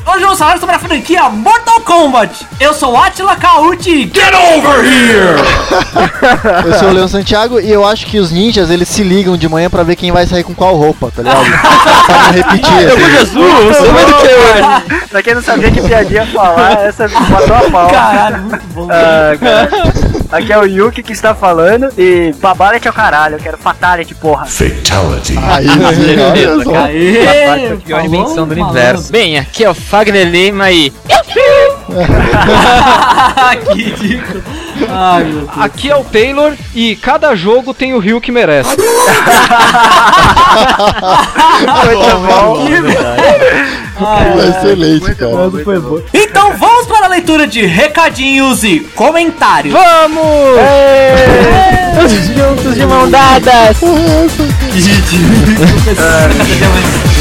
Hoje vamos falar sobre a franquia Mortal Kombat. Eu sou Atila Kauchi. Get over here! Eu sou o Leon Santiago e eu acho que os ninjas, eles se ligam de manhã pra ver quem vai sair com qual roupa, tá ligado? Pra não repetir. Eu vou Jesus, você vai do que hoje? Pra quem não sabia que piadinha falar, essa matou a pau. Caralho, muito bom. Aqui é o Yuki que está falando e Babality é o caralho, eu quero Fatality, porra. Fatality. Aí sim, olha só. Aê, Babality é a pior invenção do universo. Bem, aqui é o Fagner Lima e... Que ridículo. Ai, meu Deus. Aqui é o Taylor e cada jogo tem o rio que merece. Muito bom. Excelente, cara. Foi bom. Então vamos para a leitura de recadinhos e comentários. Vamos! Juntos de mão dadas! Que ridículo.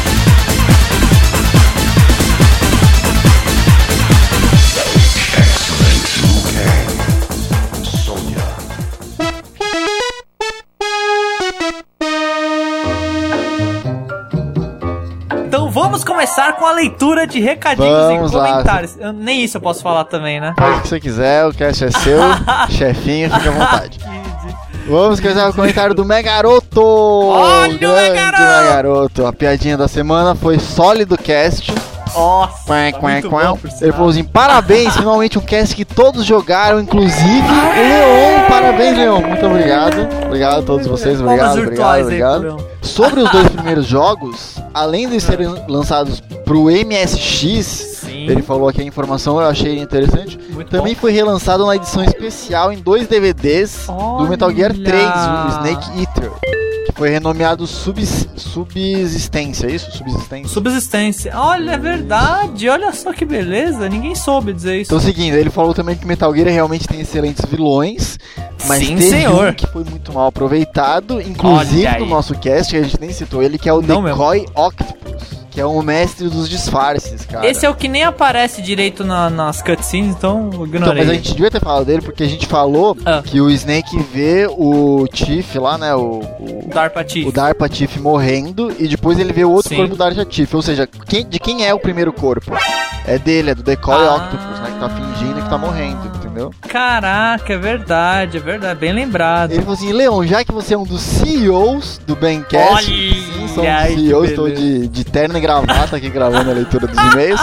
Então vamos começar com a leitura de recadinhos Vamos e comentários. Nem isso eu posso falar também, né? Faz o que você quiser, o cast é seu, chefinho, fica à vontade. Vamos começar com o comentário do Megaroto! Olha o Grande Megaroto! A piadinha da semana foi sólido cast. Nossa, muito bom, por Ele sinal. falou assim, parabéns, finalmente um cast que todos jogaram, inclusive o Leon. Parabéns, Leon. Muito obrigado. Obrigado a todos vocês. Palmas Obrigado. virtuais aí pro Obrigado. Leon. Sobre os dois primeiros jogos, além de serem lançados pro MSX, Sim. ele falou aqui a informação, eu achei interessante. Muito Também foi relançado na edição especial em 2 DVDs do Metal Gear 3, o Snake Eater, que foi renomeado Subsistência, é isso? Subsistência. Subsistência. Olha, é verdade. Olha só que beleza. Ninguém soube dizer isso. Então, seguindo, ele falou também que Metal Gear realmente tem excelentes vilões, mas Sim, teve senhor. um que foi muito mal aproveitado, inclusive Olha aí. no nosso cast, que a gente nem citou ele, que é o Não Decoy Octopus, que é o mestre dos disfarces, cara. Esse é o que nem aparece direito nas cutscenes, então eu Então, ignorei. mas a gente devia ter falado dele, porque a gente falou que o Snake vê o Chief lá, né, o DARPA Chief. o DARPA Chief morrendo, e depois ele vê o outro Sim. corpo do DARPA Chief, ou seja, de quem é o primeiro corpo? É dele, é do Decoy Octopus, né, que tá fingindo que tá morrendo, entendeu? Caraca, é verdade, bem lembrado. Ele falou assim, Leon, já que você é um dos CEOs do Bencast, Olha sim, sou aí, um CEO, que estou beleza. de terno e gravata aqui gravando a leitura dos e-mails.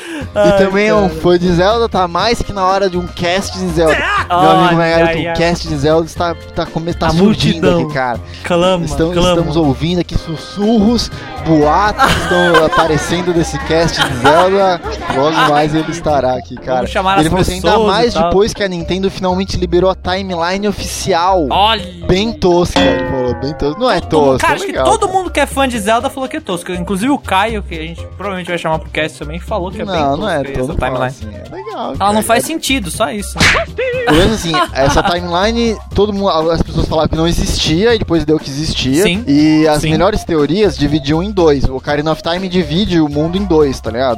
E também é um fã de Zelda, tá mais que na hora de um cast de Zelda. Meu amigo Megaroto, o cast de Zelda está surgindo multidão. aqui, cara. Clama. Estamos ouvindo aqui sussurros, boatos estão aparecendo desse cast de Zelda. Logo mais ele estará aqui, cara. Vamos chamar Ele as falou assim, ainda pessoas mais e tal. depois que a Nintendo finalmente liberou a timeline oficial. Olha. Bem tosca, ele falou, bem tosca. Não é tosca, Cara, é acho que legal, todo cara. mundo que é fã de Zelda falou que é tosco. Inclusive o Caio, que a gente provavelmente vai chamar pro cast também, falou que é bem tosco. Não é essa todo timeline. assim, é legal. Ela cara. não faz sentido, só isso. Pelo menos assim, essa timeline, todo mundo, as pessoas falavam que não existia e depois deu que existia. Sim. E as Sim. melhores teorias dividiam em dois. O Ocarina of Time divide o mundo em dois, tá ligado?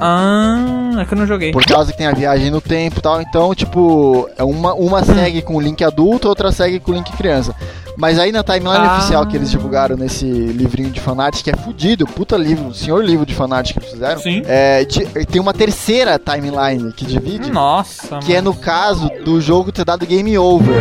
É que eu não joguei. Por causa que tem a viagem no tempo e tal. Então, tipo, uma segue com o Link adulto, outra segue com o Link criança. Mas aí na timeline oficial que eles divulgaram nesse livrinho de fanart, que é fudido, puta livro, senhor livro de fanart que eles fizeram. Sim. Tem uma terceira timeline que divide. Nossa, Que é no caso do jogo ter dado game over.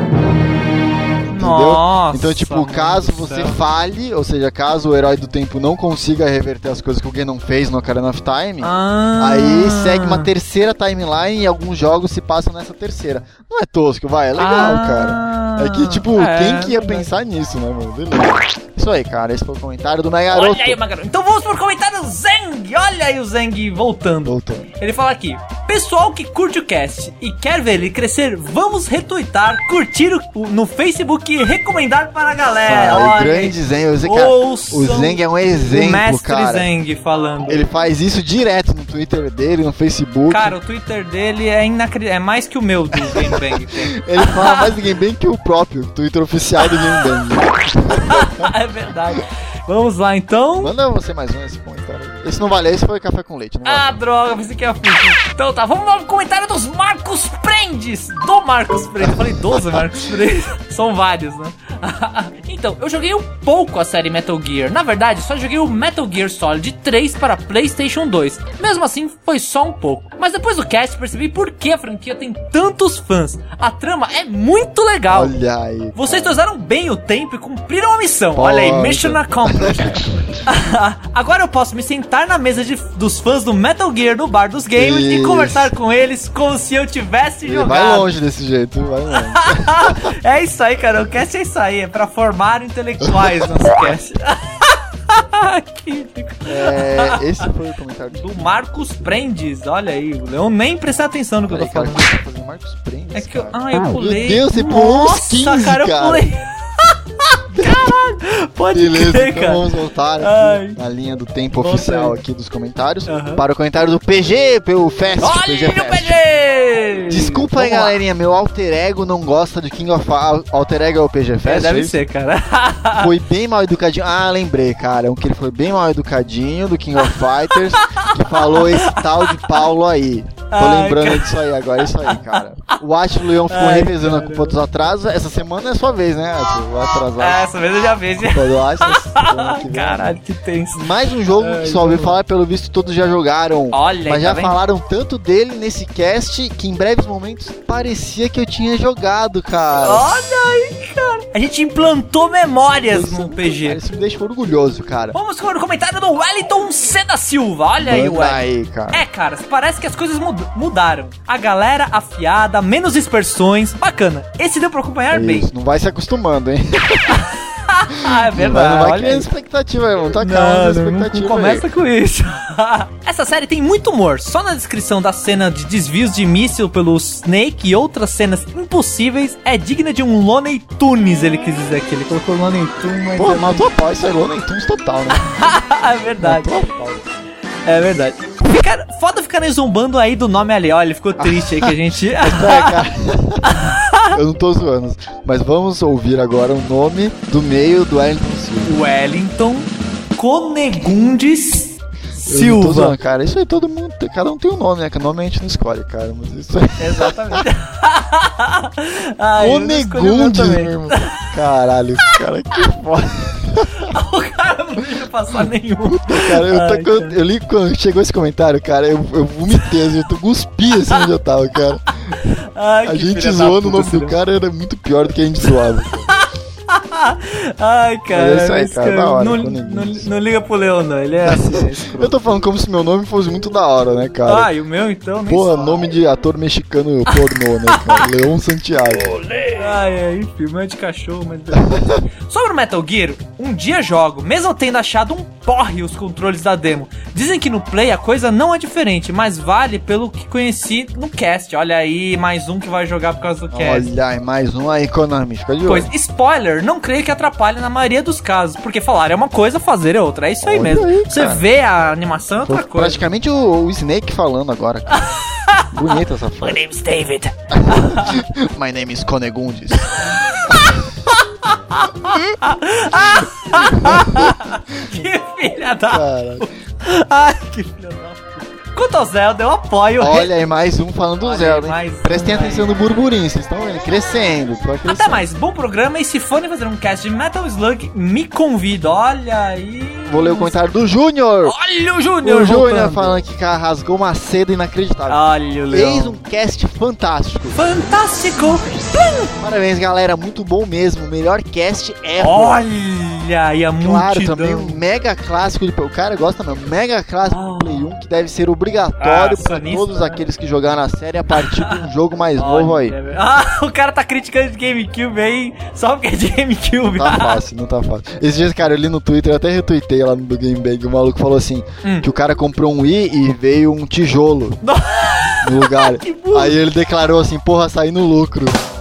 Entendeu? Nossa, então, tipo, caso você falhe, ou seja, caso o herói do tempo não consiga reverter as coisas que o Ganon fez no Ocarina of Time, aí segue uma terceira timeline e alguns jogos se passam nessa terceira. Não é tosco, vai, é legal, cara. É que, tipo, quem que ia pensar nisso, né, mano? Beleza. Isso aí, cara, esse foi o comentário do Megaroto. Olha aí, Megaroto. Então vamos pro comentário do Zeng. Olha aí o Zeng voltando. Ele fala aqui: pessoal que curte o cast e quer ver ele crescer, vamos retweetar, curtir no Facebook e recomendar para a galera. O Olha, grande Zeng, o Zeng é um exemplo, o mestre cara. Zeng falando. Ele faz isso direto no Twitter dele, no Facebook. Cara, o Twitter dele é inacreditável. É mais que o meu do Game Bang. Ele fala mais do Game Bang que o próprio Twitter oficial do Game Bang. É verdade. Vamos lá, então. Manda você mais um esse comentário. Esse não vale, esse foi café com leite. Não vale. Droga, pensei que ia fugir. Então tá, vamos lá no comentário dos Marcos Prendes. Do Marcos Prendes. Eu falei 12 Marcos Prendes. São vários, né? Então, eu joguei um pouco a série Metal Gear. Na verdade, só joguei o Metal Gear Solid 3 para PlayStation 2. Mesmo assim, foi só um pouco. Mas depois do cast, percebi por que a franquia tem tantos fãs. A trama é muito legal. Olha aí. Vocês usaram bem o tempo e cumpriram a missão. Olha aí, mission accomplished. Agora eu posso me sentar na mesa dos fãs do Metal Gear no bar dos games e conversar com eles como se eu tivesse jogado. Vai longe desse jeito, vai longe. É isso aí, cara. O cast é isso aí. É pra formar intelectuais nosso cast. Que ridículo. Esse foi o comentário do Marcos Prendes. Olha aí, o Leão nem prestou atenção no que eu tô falando. Marcos Prendes, é que eu pulei. Meu Deus, você pulou uns 15, cara. Eu pulei. Caralho, pode beleza, crer, então cara. Vamos voltar aqui na linha do tempo oficial aqui dos comentários para o comentário do PG, pelo Fest. Olha o PG! Desculpa aí, galerinha, meu alter ego não gosta de King of Fighters. Alter ego é o PG Fest? Deve ser, cara. Foi bem mal educadinho. Lembrei, cara, que ele foi bem mal educadinho do King of Fighters, que falou esse tal de Paulo aí. Tô lembrando disso aí agora, é isso aí, cara. O Ash e o Leon ficou revezando a culpa dos atrasos. Essa semana é sua vez, né, Ash? O atrasado. Essa vez eu já vi. Caralho, que tenso. Mais um jogo que só ouviu falar, pelo visto todos já jogaram. Olha, mas já falaram tanto dele nesse cast que em breves momentos parecia que eu tinha jogado, cara. Olha aí, cara. A gente implantou memórias no PG. Cara, isso me deixa orgulhoso, cara. Vamos com o comentário do Wellington C. da Silva. Olha aí, Wellington. Aí, cara. Cara, parece que as coisas mudaram. A galera afiada, menos dispersões. Bacana. Esse deu pra acompanhar bem. Não vai se acostumando, hein? É verdade. Não vai criando expectativa, irmão. Tá calmo, expectativa. Não começa com isso. Essa série tem muito humor. Só na descrição da cena de desvios de míssil pelo Snake e outras cenas impossíveis é digna de um Looney Tunes, ele quis dizer aqui. Ele colocou Looney Tunes, mas... Pô, matou a pau. Isso é Looney Tunes total, né? É verdade. É verdade. Foda ficar zombando aí do nome ali. Olha, ele ficou triste aí que a gente... cara. Eu não tô zoando. Mas vamos ouvir agora o nome do meio do Wellington Silva. Wellington Conegundes Silva. Eu não tô zoando, cara. Isso aí todo mundo... Cada um tem um nome, né? Que nome a gente não escolhe, cara. Mas isso aí... Exatamente. Conegundes, meu irmão. Caralho, cara, que foda. O cara não deixa passar nenhum. Puta, cara, eu li quando chegou esse comentário, cara, eu vomitei, eu cuspi assim onde eu tava, cara. A gente zoando o nome do cara era muito pior do que a gente zoava. Ai, cara. É isso aí, cara, da hora. Não liga pro Leão, não. Ele é assim, eu tô falando como se meu nome fosse muito da hora, né, cara? E o meu então? Porra, nome de ator mexicano pornô, né, cara? Leon Santiago. Enfim, meu é de cachorro, mas... Sobre o Metal Gear, um dia jogo, mesmo tendo achado um porre os controles da demo. Dizem que no Play a coisa não é diferente, mas vale pelo que conheci no cast. Olha aí, mais um que vai jogar por causa do cast. Olha aí, mais um aí, Konami, fica de olho. Pois, spoiler, não creio que atrapalhe na maioria dos casos, porque falar é uma coisa, fazer é outra. É isso aí mesmo. Você vê a animação é outra coisa. Praticamente o Snake falando agora. Bonita essa frase. My name's David. My name is Conegundes. Que filha da puta. Ai, que filha da puta. Quanto ao Zelda, eu apoio. Olha aí, mais um falando do Zelda, hein? Prestem atenção no burburinho, vocês estão vendo? Crescendo. Até mais, bom programa. E se forem fazer um cast de Metal Slug, me convido. Olha aí. Vou ler o comentário do Júnior. Olha o Júnior. O Júnior falando que cara, rasgou uma seda inacreditável. Olha o Leão. Fez um cast fantástico. Fantástico. Parabéns, galera. Muito bom mesmo. O melhor cast ever. Olha, e a multidão. Claro, também um mega clássico. O cara gosta mesmo. Mega clássico do Play 1 que deve ser obrigatório para todos aqueles que jogaram a série a partir de um jogo mais novo aí. O cara tá criticando de GameCube aí só porque é de GameCube. Não tá fácil, não tá fácil. Esses dias, cara, eu li no Twitter, eu até retuitei lá no do Game Bang, o maluco falou assim, que o cara comprou um Wii e veio um tijolo no lugar. Aí ele declarou assim, porra, saí no lucro.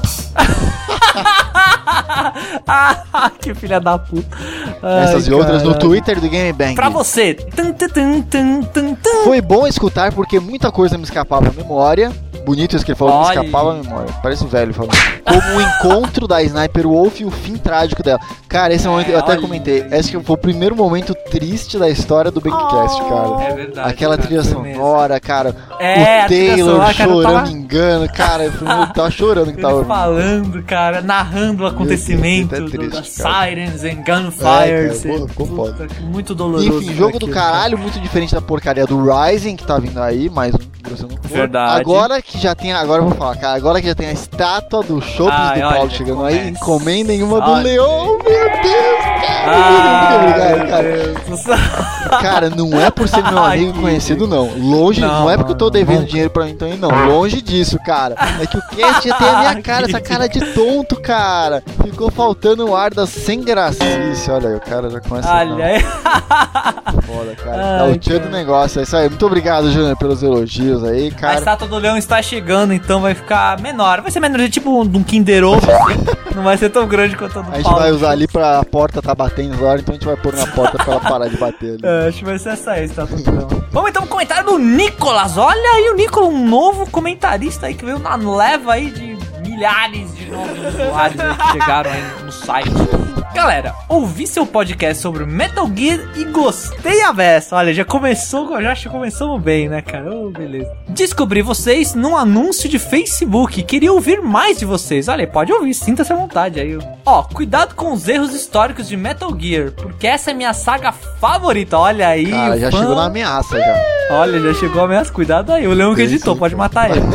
Que filha da puta. Essas e outras no Twitter do Game Bang. Pra você. Foi bom escutar porque muita coisa me escapava da memória. bonito isso que ele falou, me escapava a memória. Parece o velho falando. Como o encontro da Sniper Wolf e o fim trágico dela. Cara, esse momento eu até comentei. Esse que foi o primeiro momento triste da história do Backcast, cara. É verdade. Aquela trilha sonora, cara. O Taylor chorando engano. Cara, eu tava chorando que tava falando, cara, narrando o acontecimento das Sirens and Gunfires. Ficou foda. Muito doloroso. Enfim, jogo do caralho, muito diferente da porcaria do Rising, que tá vindo aí, mais um grosso no Verdade. Agora que já tem, agora eu vou falar, cara, agora que já tem a estátua do Chopps do Paulo chegando aí, encomendem uma do Leon, meu Deus, cara. Muito obrigado, cara. Cara, não é por ser meu amigo conhecido, não. Longe, não é porque eu tô devendo dinheiro pra mim também, não. Longe disso, cara. É que o cast já tem a minha cara, essa cara de tonto, cara. Ficou faltando o ar da sem gracice. Olha aí, o cara já começa a... Olha aí. Foda, cara. É o tio do negócio, é isso aí. Muito obrigado, Júnior, pelos elogios aí, cara. A estátua do leão está chegando, então vai ficar menor. Vai ser menor, tipo um Kinder Ovo. Não vai ser tão grande quanto a do Paulo. A gente vai usar ali pra porta tá batendo agora, então a gente vai pôr na porta pra ela parar de bater ali. Acho que vai ser essa aí, estátua do leão. Vamos então pro comentário do Nicolas. Olha aí o Nicolas, um novo comentarista aí que veio na leva aí de milhares de novos usuários aí que chegaram aí no site. Galera, ouvi seu podcast sobre Metal Gear e gostei a beça. Olha, já começamos bem, né, cara? Oh, beleza. Descobri vocês num anúncio de Facebook. Queria ouvir mais de vocês. Olha, pode ouvir, sinta-se à vontade aí. Ó, cuidado com os erros históricos de Metal Gear, porque essa é minha saga favorita. Olha aí. Cara, já chegou na ameaça já. Olha, já chegou a ameaça. Cuidado aí. O Leão que editou, pode matar ele.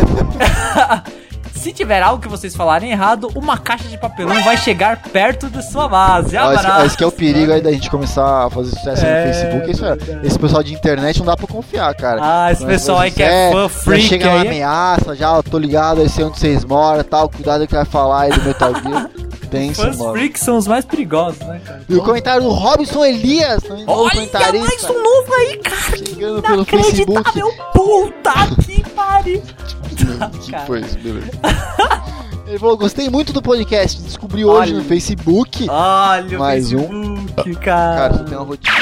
Se tiver algo que vocês falarem errado, uma caixa de papelão vai chegar perto de sua base. Esse que é o perigo aí da gente começar a fazer sucesso no Facebook. Isso esse pessoal de internet não dá pra confiar, cara. Esse pessoal aí que é fã freak. Já chega uma ameaça, já tô ligado, aí sei onde vocês moram, tal. Cuidado que vai falar aí do Metal Gear. Pensa, fãs freaks são os mais perigosos, né, cara? E o comentário do Robson Elias. Olha, mais um novo aí, cara. Chegando pelo Facebook. Puta que pariu. Que foi isso, beleza. Ele falou, gostei muito do podcast, descobri hoje no Facebook. Olha mais o Facebook, cara. Cara, você tem uma rotina.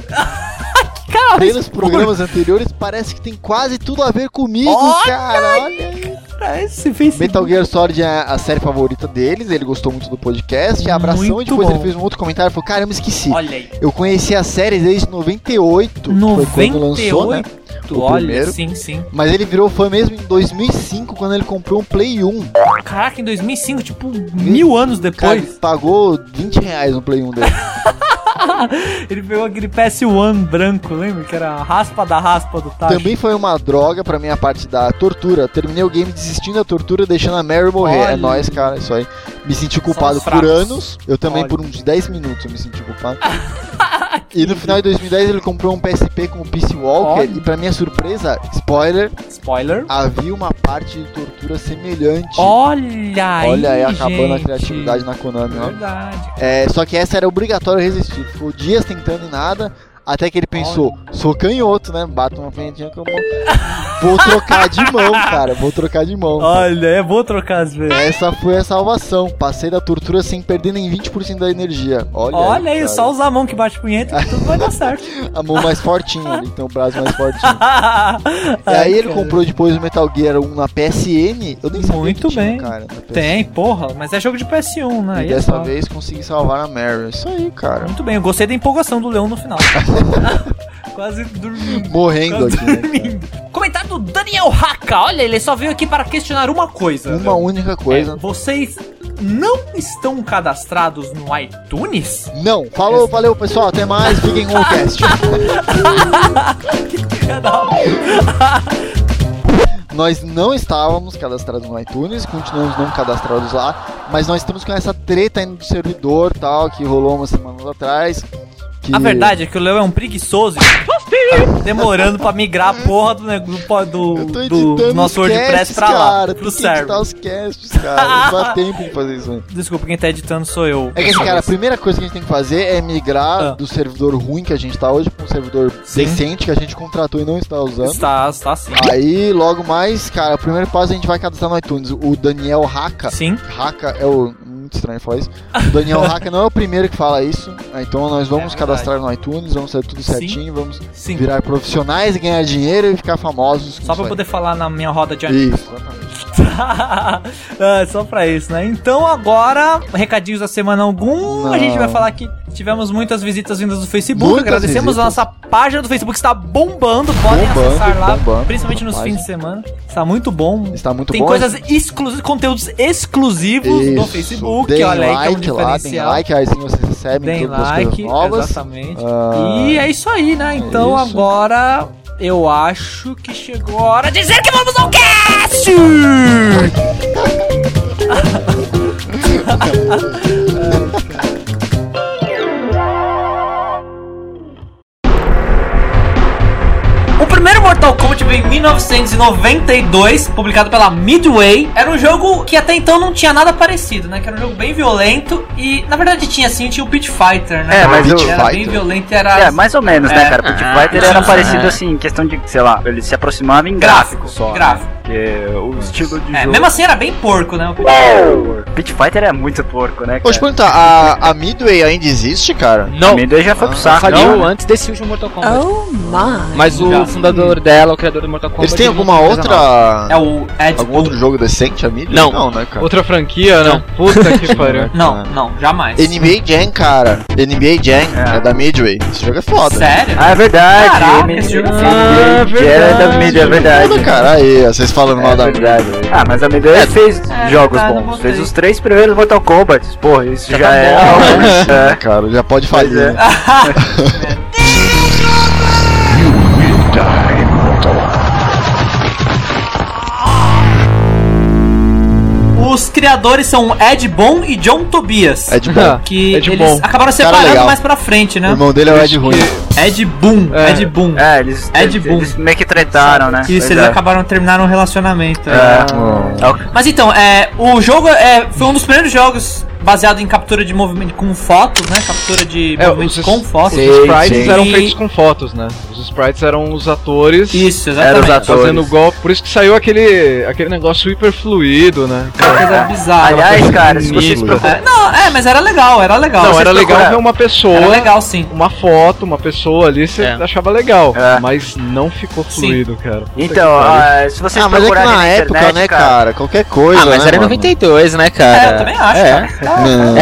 Cara, pelos programas anteriores, parece que tem quase tudo a ver comigo, cara. Olha aí. Metal Gear Solid é a série favorita deles, ele gostou muito do podcast, abração, muito e depois ele fez um outro comentário e falou, caramba, esqueci. Olha aí. Eu conheci a série desde 98, foi quando lançou, né? Olha, sim. Mas ele virou fã mesmo em 2005, quando ele comprou um Play 1. Caraca, em 2005, tipo, 1000 anos depois. Cara, pagou R$20 no Play 1 dele. Ele pegou aquele PS1 branco, lembra? Que era a raspa da raspa do tacho. Também foi uma droga pra mim a parte da tortura. Terminei o game desistindo da tortura, deixando a Mary morrer. Olha. É nóis, cara, isso aí. Me senti culpado por anos. Eu também por uns 10 minutos eu me senti culpado. E no final de 2010 ele comprou um PSP com o Peace Walker. Olha. E pra minha surpresa, spoiler, havia uma parte de tortura semelhante. Olha aí, acabando a criatividade na Konami. Verdade. Só que essa era obrigatório resistir. Ficou dias tentando e nada. Até que ele pensou, sou canhoto, né? Bato uma pentinha com a mão. Vou trocar de mão, cara. Olha, é bom trocar às vezes. Essa foi a salvação. Passei da tortura sem perder nem 20% da energia. Olha aí, só usar a mão que bate punheta que tudo vai dar certo. A mão mais fortinha, ele tem o braço mais fortinho. E aí ele comprou depois o Metal Gear 1 na PSN. Eu nem sabia muito que bem. Tinha, cara, tem, porra. Mas é jogo de PS1, né? E dessa vez consegui salvar a Mary. Isso aí, cara. Muito bem, eu gostei da empolgação do Leão no final. Quase dormindo. Morrendo aqui. Né, comentário do Daniel Haka. Olha, ele só veio aqui para questionar uma coisa. Uma única coisa. Vocês não estão cadastrados no iTunes? Não. Falou, valeu pessoal. Até mais. Fiquem com o cast. Nós não estávamos cadastrados no iTunes, continuamos não cadastrados lá, mas nós estamos com essa treta aí do servidor tal, que rolou umas semanas atrás. A verdade é que o Léo é um preguiçoso. Tá demorando pra migrar a porra do nosso WordPress pra lá, pro server. Os casts, cara. Não dá tempo de fazer isso. Desculpa, quem tá editando sou eu. É que assim, cara, a primeira coisa que a gente tem que fazer é migrar do servidor ruim que a gente tá hoje pra um servidor decente que a gente contratou e não está usando. Está sim. Aí, logo mais, cara, o primeiro passo a gente vai cadastrar no iTunes. O Daniel Haka. Sim. Haka é o muito estranho falar isso. O Daniel Haka não é o primeiro que fala isso. Então nós vamos cadastrar no iTunes, vamos fazer tudo certinho, vamos virar profissionais, ganhar dinheiro e ficar famosos. Só pra poder falar na minha roda de amigos. Isso, exatamente. Só pra isso, né? Então agora, recadinhos da semana algum, a gente vai falar que tivemos muitas visitas vindas do Facebook. Muitas agradecemos a nossa página do Facebook, está bombando. Podem acessar lá, principalmente nos fins de semana. Está muito bom. Tem coisas exclusivas, conteúdos exclusivos no Facebook. Deem olha aí, like, que é um diferencial. Deem like, aí sim vocês recebem todas as coisas novas. Exatamente. E é isso aí, né? Então agora eu acho que chegou a hora de dizer que vamos ao cast! O primeiro Mortal Kombat veio em 1992, publicado pela Midway. Era um jogo que até então não tinha nada parecido, né? Que era um jogo bem violento e, na verdade, tinha o Pit Fighter, né? Mas era bem violento e era... mais ou menos, né, cara? Pit Fighter era parecido assim, em questão de, sei lá, ele se aproximava em gráfico só. Gráfico. Porque o estilo de jogo... mesmo assim era bem porco, né? O Pit Fighter é muito porco, né, cara? Deixa eu perguntar, a Midway ainda existe, cara? Não. A Midway já foi pro saco. Faliu antes desse último Mortal Kombat. Oh my. Mas o fundador dela, o criador do Mortal Kombat... Eles têm alguma outra... É o Ed algum outro jogo decente, a Midway? Não, né, cara? Outra franquia, não. Puta que pariu. Não, jamais. NBA Jam, cara. NBA Jam é da Midway. Esse jogo é foda. Sério? Ah, é verdade. Caraca, esse jogo é verdade. É da Midway, é verdade. Foda, cara. Aí, vocês falando mal da Midway. Mas a Midway fez jogos bons. Fez os 3 primeiros Mortal Kombat. Porra, isso já tá é algo. Cara, já pode fazer. Os criadores são Ed Boon e John Tobias. Ed Boon. Que eles acabaram separando mais pra frente, né? O irmão dele é o Ed Ruim. Ed Boon. Ed Boon. Eles meio que tretaram, né? Isso, eles terminaram um relacionamento. Mas então, o jogo foi um dos primeiros jogos baseado em captura de movimento com fotos, né? Captura de movimentos com fotos. Os sprites eram feitos com fotos, né? Os sprites eram os atores. Isso, exatamente. Fazendo golpe. Por isso que saiu aquele negócio hiper fluido, né? Coisa bizarra. Aliás, cara, se vocês mas era legal. Não, era legal ver uma pessoa. Era legal, sim. Uma foto, uma pessoa ali, você achava legal. Mas não ficou fluido, cara. Então, se vocês mas procurarem na época, internet, né, cara? Qualquer coisa. Mas era em 92, né, cara? Eu também acho, cara.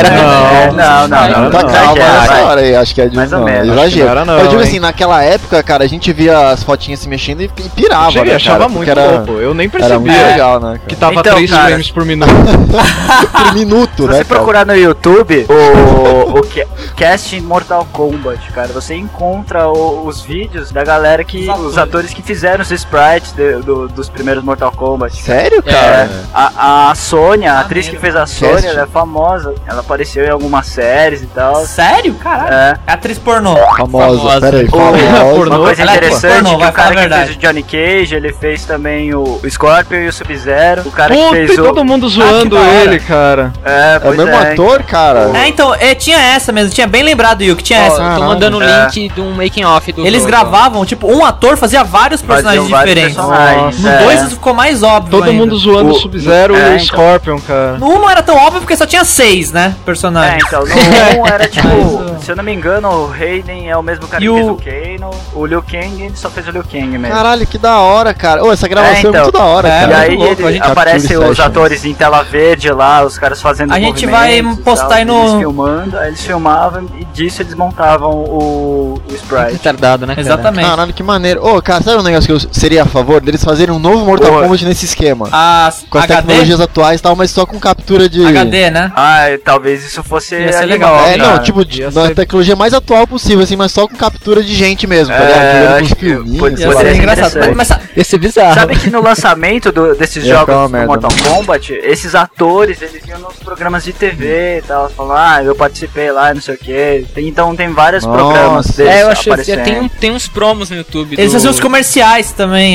Não, tá calma nessa hora aí, acho que é de mais ou menos. Exagero. Eu digo assim, naquela época, cara, a gente via as fotinhas se mexendo e pirava, né, cara? Achava muito louco, eu nem percebia. Era muito legal, né, cara? Que tava 3 frames por minuto. Por minuto, né, se você procurar no YouTube o casting Mortal Kombat, cara, você encontra os vídeos da galera os atores que fizeram os sprites dos primeiros Mortal Kombat. Sério, cara? A Sônia, a atriz que fez a Sônia, ela é famosa. Ela apareceu em algumas séries e tal. Sério? Caralho. É atriz pornô. Famosa. Peraí, uma coisa interessante que o cara que fez o Johnny Cage, ele fez também o Scorpion e o Sub-Zero. O cara que fez todo mundo zoando ele, cara. É o mesmo ator, cara. Então, tinha essa mesmo. Tinha bem lembrado, Yu, que tinha essa. Tô mandando um link de um making off do Eles jogo. gravavam, tipo, um ator fazia vários personagens diferentes. No 2 isso ficou mais óbvio. Todo mundo zoando o Sub-Zero e o Scorpion, cara. No 1 não era tão óbvio porque só tinha 6, né? Personagens. Então, no 1 era tipo, se eu não me engano, o Raiden é o mesmo cara que fez o Kano. O Liu Kang, ele só fez o Liu Kang mesmo. Caralho, que da hora, cara. Essa gravação é muito da hora, cara. E aí aparecem os atores em tela verde lá, os caras fazendo a gente vai postar aí no... Eles filmando, aí eles filmavam e disso eles montavam o sprite. Retardado, né, cara? Exatamente. Caralho, que maneiro. Cara, sabe um negócio que eu seria a favor deles fazerem um novo Mortal Kombat nesse esquema? Com as tecnologias atuais e tal, mas só com captura de... HD, né? Talvez isso fosse legal. Não, tipo, na tecnologia mais atual possível, assim, mas só com captura de gente mesmo, tá ligado? Acho que poderia ser engraçado. Mas ia ser bizarro. Sabe que no lançamento desses jogos do Mortal Kombat, esses atores, eles iam nos programas de TV e tal, falando, eu participei lá, não sei o que. Então tem vários programas deles eu achei que tem uns promos no YouTube. Eles faziam os comerciais também,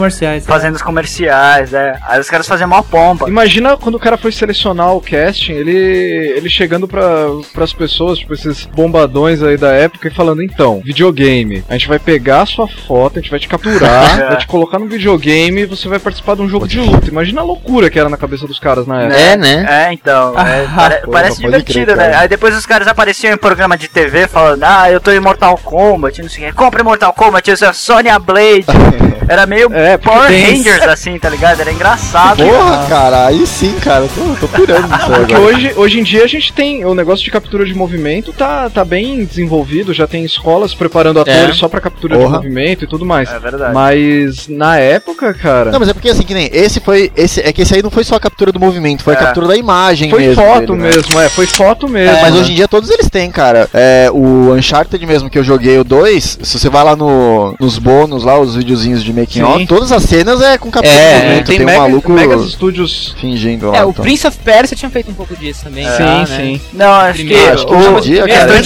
Fazendo os comerciais, Aí os caras faziam uma pompa. Imagina quando o cara foi selecionar o casting, ele ele chegando pras pessoas, tipo, esses bombadões aí da época e falando, então, videogame, a gente vai pegar a sua foto, a gente vai te capturar, vai te colocar no videogame e você vai participar de um jogo de luta. Imagina a loucura que era na cabeça dos caras na época. Né? Então, parece divertido, né? Aí depois os caras apareciam em programa de TV falando, eu tô em Mortal Kombat, não sei o que, compre Mortal Kombat, isso é Sonya Blade. Era meio Power Rangers, assim, tá ligado? Era engraçado. Porra, cara, aí sim, cara, tô pirando nisso aí. Porque hoje em dia a gente tem o negócio de captura de movimento, tá bem desenvolvido, já tem escolas preparando atores só pra captura de movimento e tudo mais. É verdade. Mas na época, cara... Não, mas é porque assim, que nem esse aí não foi só a captura do movimento, foi a captura da imagem foi mesmo. Foto dele, mesmo, né? Foi foto mesmo. Mas hoje em dia todos eles têm, cara. O Uncharted mesmo que eu joguei, o 2, se você vai lá nos bônus, lá, os videozinhos de making of, todas as cenas é com captura de movimento. Tem um maluco Megas Studios fingindo lá. O Prince of Persia tinha feito um pouco disso também. Sim. Não, acho que hoje em dia, cara,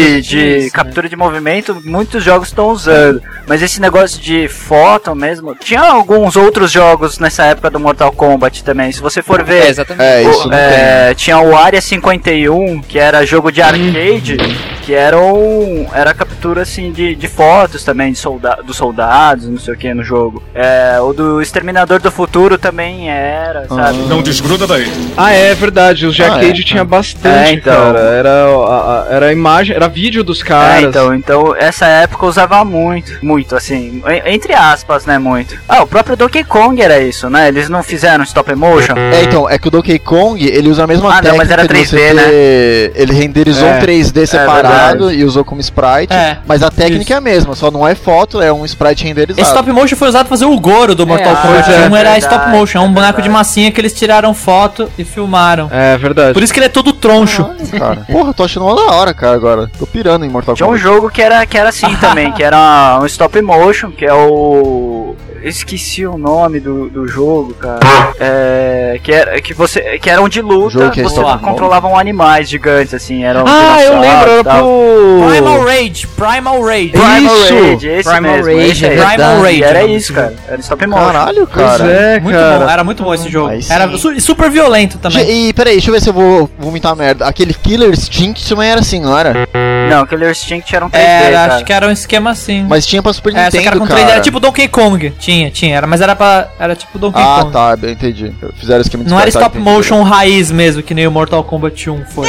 de captura de movimento, muitos jogos estão usando. Mas esse negócio de foto mesmo, tinha alguns outros jogos nessa época do Mortal Kombat também. Se você for ver, isso não tem. Tinha o Área 51, que era jogo de arcade, que era captura assim de fotos também dos soldados, não sei o que no jogo. O do Exterminador do Futuro também era, sabe? Não desgruda daí. É verdade, os de arcade tinha bastante, então. Cara. Era imagem, era vídeo dos caras. Então essa época eu usava muito, assim, entre aspas, né, muito. O próprio Donkey Kong era isso, né? Eles não fizeram stop motion. Então, é que o Donkey Kong, ele usa a mesma técnica, mas era 3D, né? Ele renderizou um 3D separado e usou como sprite, mas a técnica é a mesma, só não é foto, é um sprite renderizado. Esse stop motion foi usado pra fazer o Goro do Mortal Kombat 1, era stop motion, é um boneco de massinha que eles tiraram foto e filmaram. É verdade. Por isso que ele é todo troncho. Cara. Porra, eu tô achando uma da hora, cara, agora. Tô pirando em Mortal Kombat. Tinha um jogo que era assim também, que era um stop motion, que é o... Esqueci o nome do jogo, cara. Que era um de luta, você controlavam animais gigantes, assim. Era eu lembro, era pro... Primal Rage. Primal Rage, esse Primal mesmo. Rage, Primal Rage. Era isso, cara. Era stop motion. Caralho, cara. Muito bom, era muito bom esse jogo. Era super violento também. E peraí, deixa eu ver se eu vou vomitar merda. Aquele Killer Instinct também era assim, não era? Não, Killer Instinct era um 3D, cara. Acho que era um esquema assim. Mas tinha pra Super Nintendo, era com 3D, era tipo Donkey Kong. Tinha, mas era tipo Donkey Kong. Tá, eu entendi. Fizeram esquema de não era stop motion raiz mesmo, que nem o Mortal Kombat 1 foi.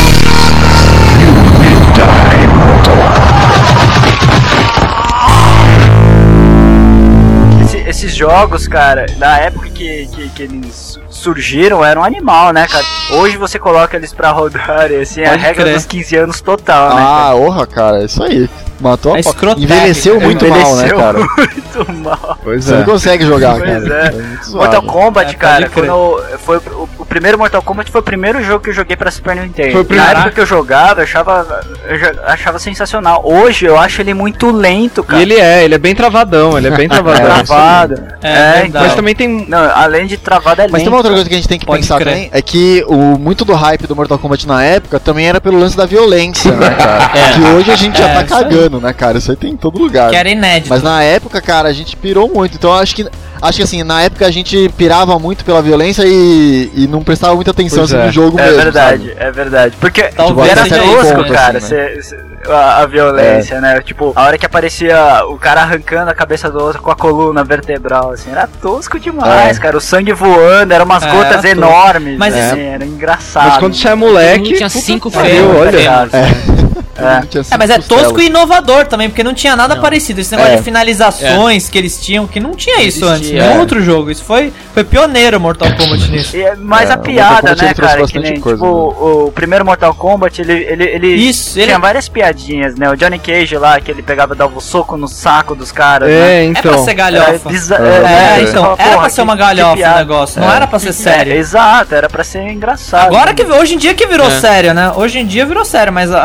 Esses jogos, cara, na época que eles surgiram, eram um animal, né, cara? Hoje você coloca eles pra rodar, assim, a regra dos 15 anos total, né? Orra, cara, isso aí. Matou a Envelheceu muito mal, né, cara? Muito mal. Você não consegue jogar, cara. Mortal Kombat, cara, foi o primeiro Mortal Kombat foi o primeiro jogo que eu joguei pra Super Nintendo. Na época que eu jogava, eu achava sensacional. Hoje eu acho ele muito lento, cara. E ele é bem travadão, travado. Mas também tem... Não, além de travado é lento. Mas tem uma outra coisa que a gente tem que pensar também, é que muito do hype do Mortal Kombat na época também era pelo lance da violência, né, cara? Que hoje a gente já tá cagando, né, cara? Isso aí tem em todo lugar. Que era inédito. Mas na época, cara, a gente pirou muito. Então acho que assim, na época a gente pirava muito pela violência e não prestava muita atenção assim, no jogo mesmo. É verdade. Porque talvez era tosco, cara, assim, né? a violência, né? Tipo, a hora que aparecia o cara arrancando a cabeça do outro com a coluna vertebral, assim, era tosco demais, cara. O sangue voando, eram umas gotas enormes, mas assim, era engraçado. Mas quando você é moleque... Tinha 5 frames, olha. Mas é tosco e inovador também, porque não tinha nada parecido. Esse negócio de finalizações que eles tinham, que não tinha isso antes, nenhum outro jogo. Isso foi pioneiro Mortal Kombat nisso. Mas a piada, né, cara, que nem, coisa, tipo, o primeiro Mortal Kombat, ele tinha várias piadinhas, né? O Johnny Cage lá, que ele pegava e dava um soco no saco dos caras, né? Então. É pra ser galhofa. Era pra ser uma galhofa o negócio, não era pra ser sério. Exato, era pra ser engraçado. Agora que hoje em dia que virou sério, né? Hoje em dia virou sério, mas antigamente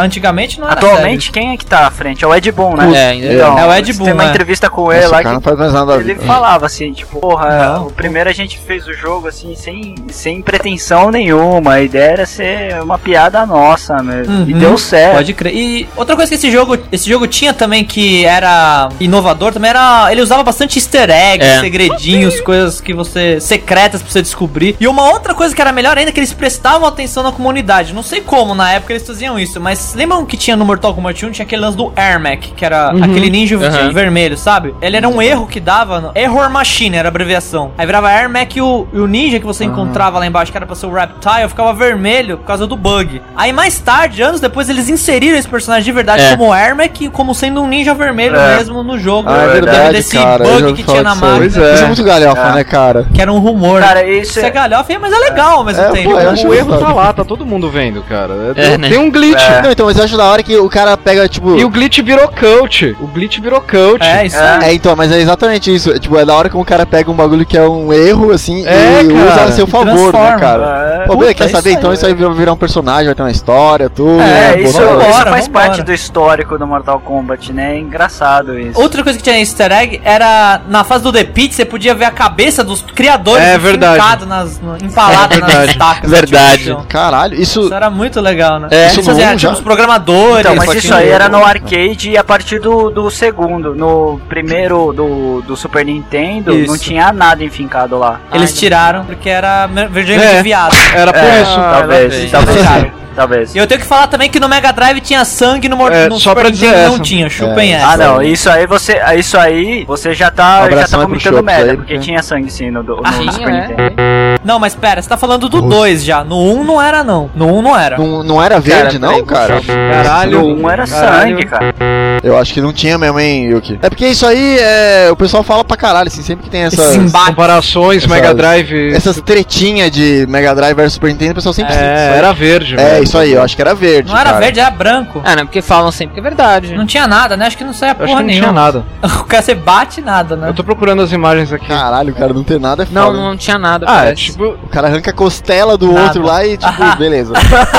Atualmente não era Atualmente, quem é que tá à frente? É o Ed Boon, né? É o Ed Boon. Tem uma entrevista com ele lá que não faz mais nada ele falava assim, tipo, porra, o primeiro a gente fez o jogo assim, sem pretensão nenhuma. A ideia era ser uma piada nossa mesmo. E deu certo. Pode crer. E outra coisa que esse jogo tinha também que era inovador, também era. Ele usava bastante easter eggs, segredinhos, coisas que secretas pra você descobrir. E uma outra coisa que era melhor ainda é que eles prestavam atenção na comunidade. Não sei como na época eles faziam isso, mas lembram que tinha no Mortal Kombat 1? Tinha aquele lance do Ermac, que era aquele ninja vermelho, sabe? Ele era um erro que dava. Error Machine era a abreviação. Aí virava Ermac e o ninja que você encontrava lá embaixo, que era pra ser o Reptile, ficava vermelho por causa do bug. Aí mais tarde, anos depois, eles inseriram esse personagem de verdade como Ermac, como sendo um ninja vermelho mesmo no jogo. É verdade, desse cara, bug que tinha na máquina. Isso é muito galhofa, né, cara? Que era um rumor. Cara, isso é galhofa, mas é legal ao mesmo tempo. O erro tá lá, tá todo mundo vendo, cara. Tem um glitch. Não, então, mas eu acho da hora que o cara pega, tipo... E o glitch virou coach. Isso aí. Então, mas é exatamente isso. Tipo, é da hora que o cara pega um bagulho que é um erro, assim, e usa a seu favor, né, cara? Pô, quer saber? Então isso aí vai virar um personagem, vai ter uma história, tudo. Isso faz parte do histórico do Mortal Kombat, né? É engraçado isso. Outra coisa que tinha easter egg era, na fase do The Pit, você podia ver a cabeça dos criadores empalada nas estacas. Verdade. Caralho, isso era muito legal, né? Isso tinha os programadores. Então, mas isso aí era no arcade e a partir do segundo. No primeiro do Super Nintendo, não tinha nada enfincado lá. Eles tiraram porque era verdadeiramente de viado. Era por isso. Talvez. E eu tenho que falar também que no Mega Drive tinha sangue, no Super Nintendo não tinha, chupem essa. Ah, não, isso aí você já tá comentando merda, porque tinha sangue sim no Super Nintendo. Não, mas pera, você tá falando do 2 já. No 1 não era, não. No 1 não era. Não era verde, não, cara? Caralho. No 1 era sangue, cara. Eu acho que não tinha mesmo, hein, Yuki? É porque isso aí, o pessoal fala pra caralho, assim, sempre que tem essas comparações, Mega Drive... Essas tretinhas de Mega Drive versus Super Nintendo, o pessoal sempre... era verde, isso aí, eu acho que era verde. Não era verde, era branco. Não, porque falam sempre que é verdade. Não tinha nada, né? Acho que não saia porra nenhuma. Não tinha nada. O cara, você bate nada, né? Eu tô procurando as imagens aqui. Caralho, cara, não tem nada. Não tinha nada. Tipo, o cara arranca a costela do outro lá e, tipo, beleza.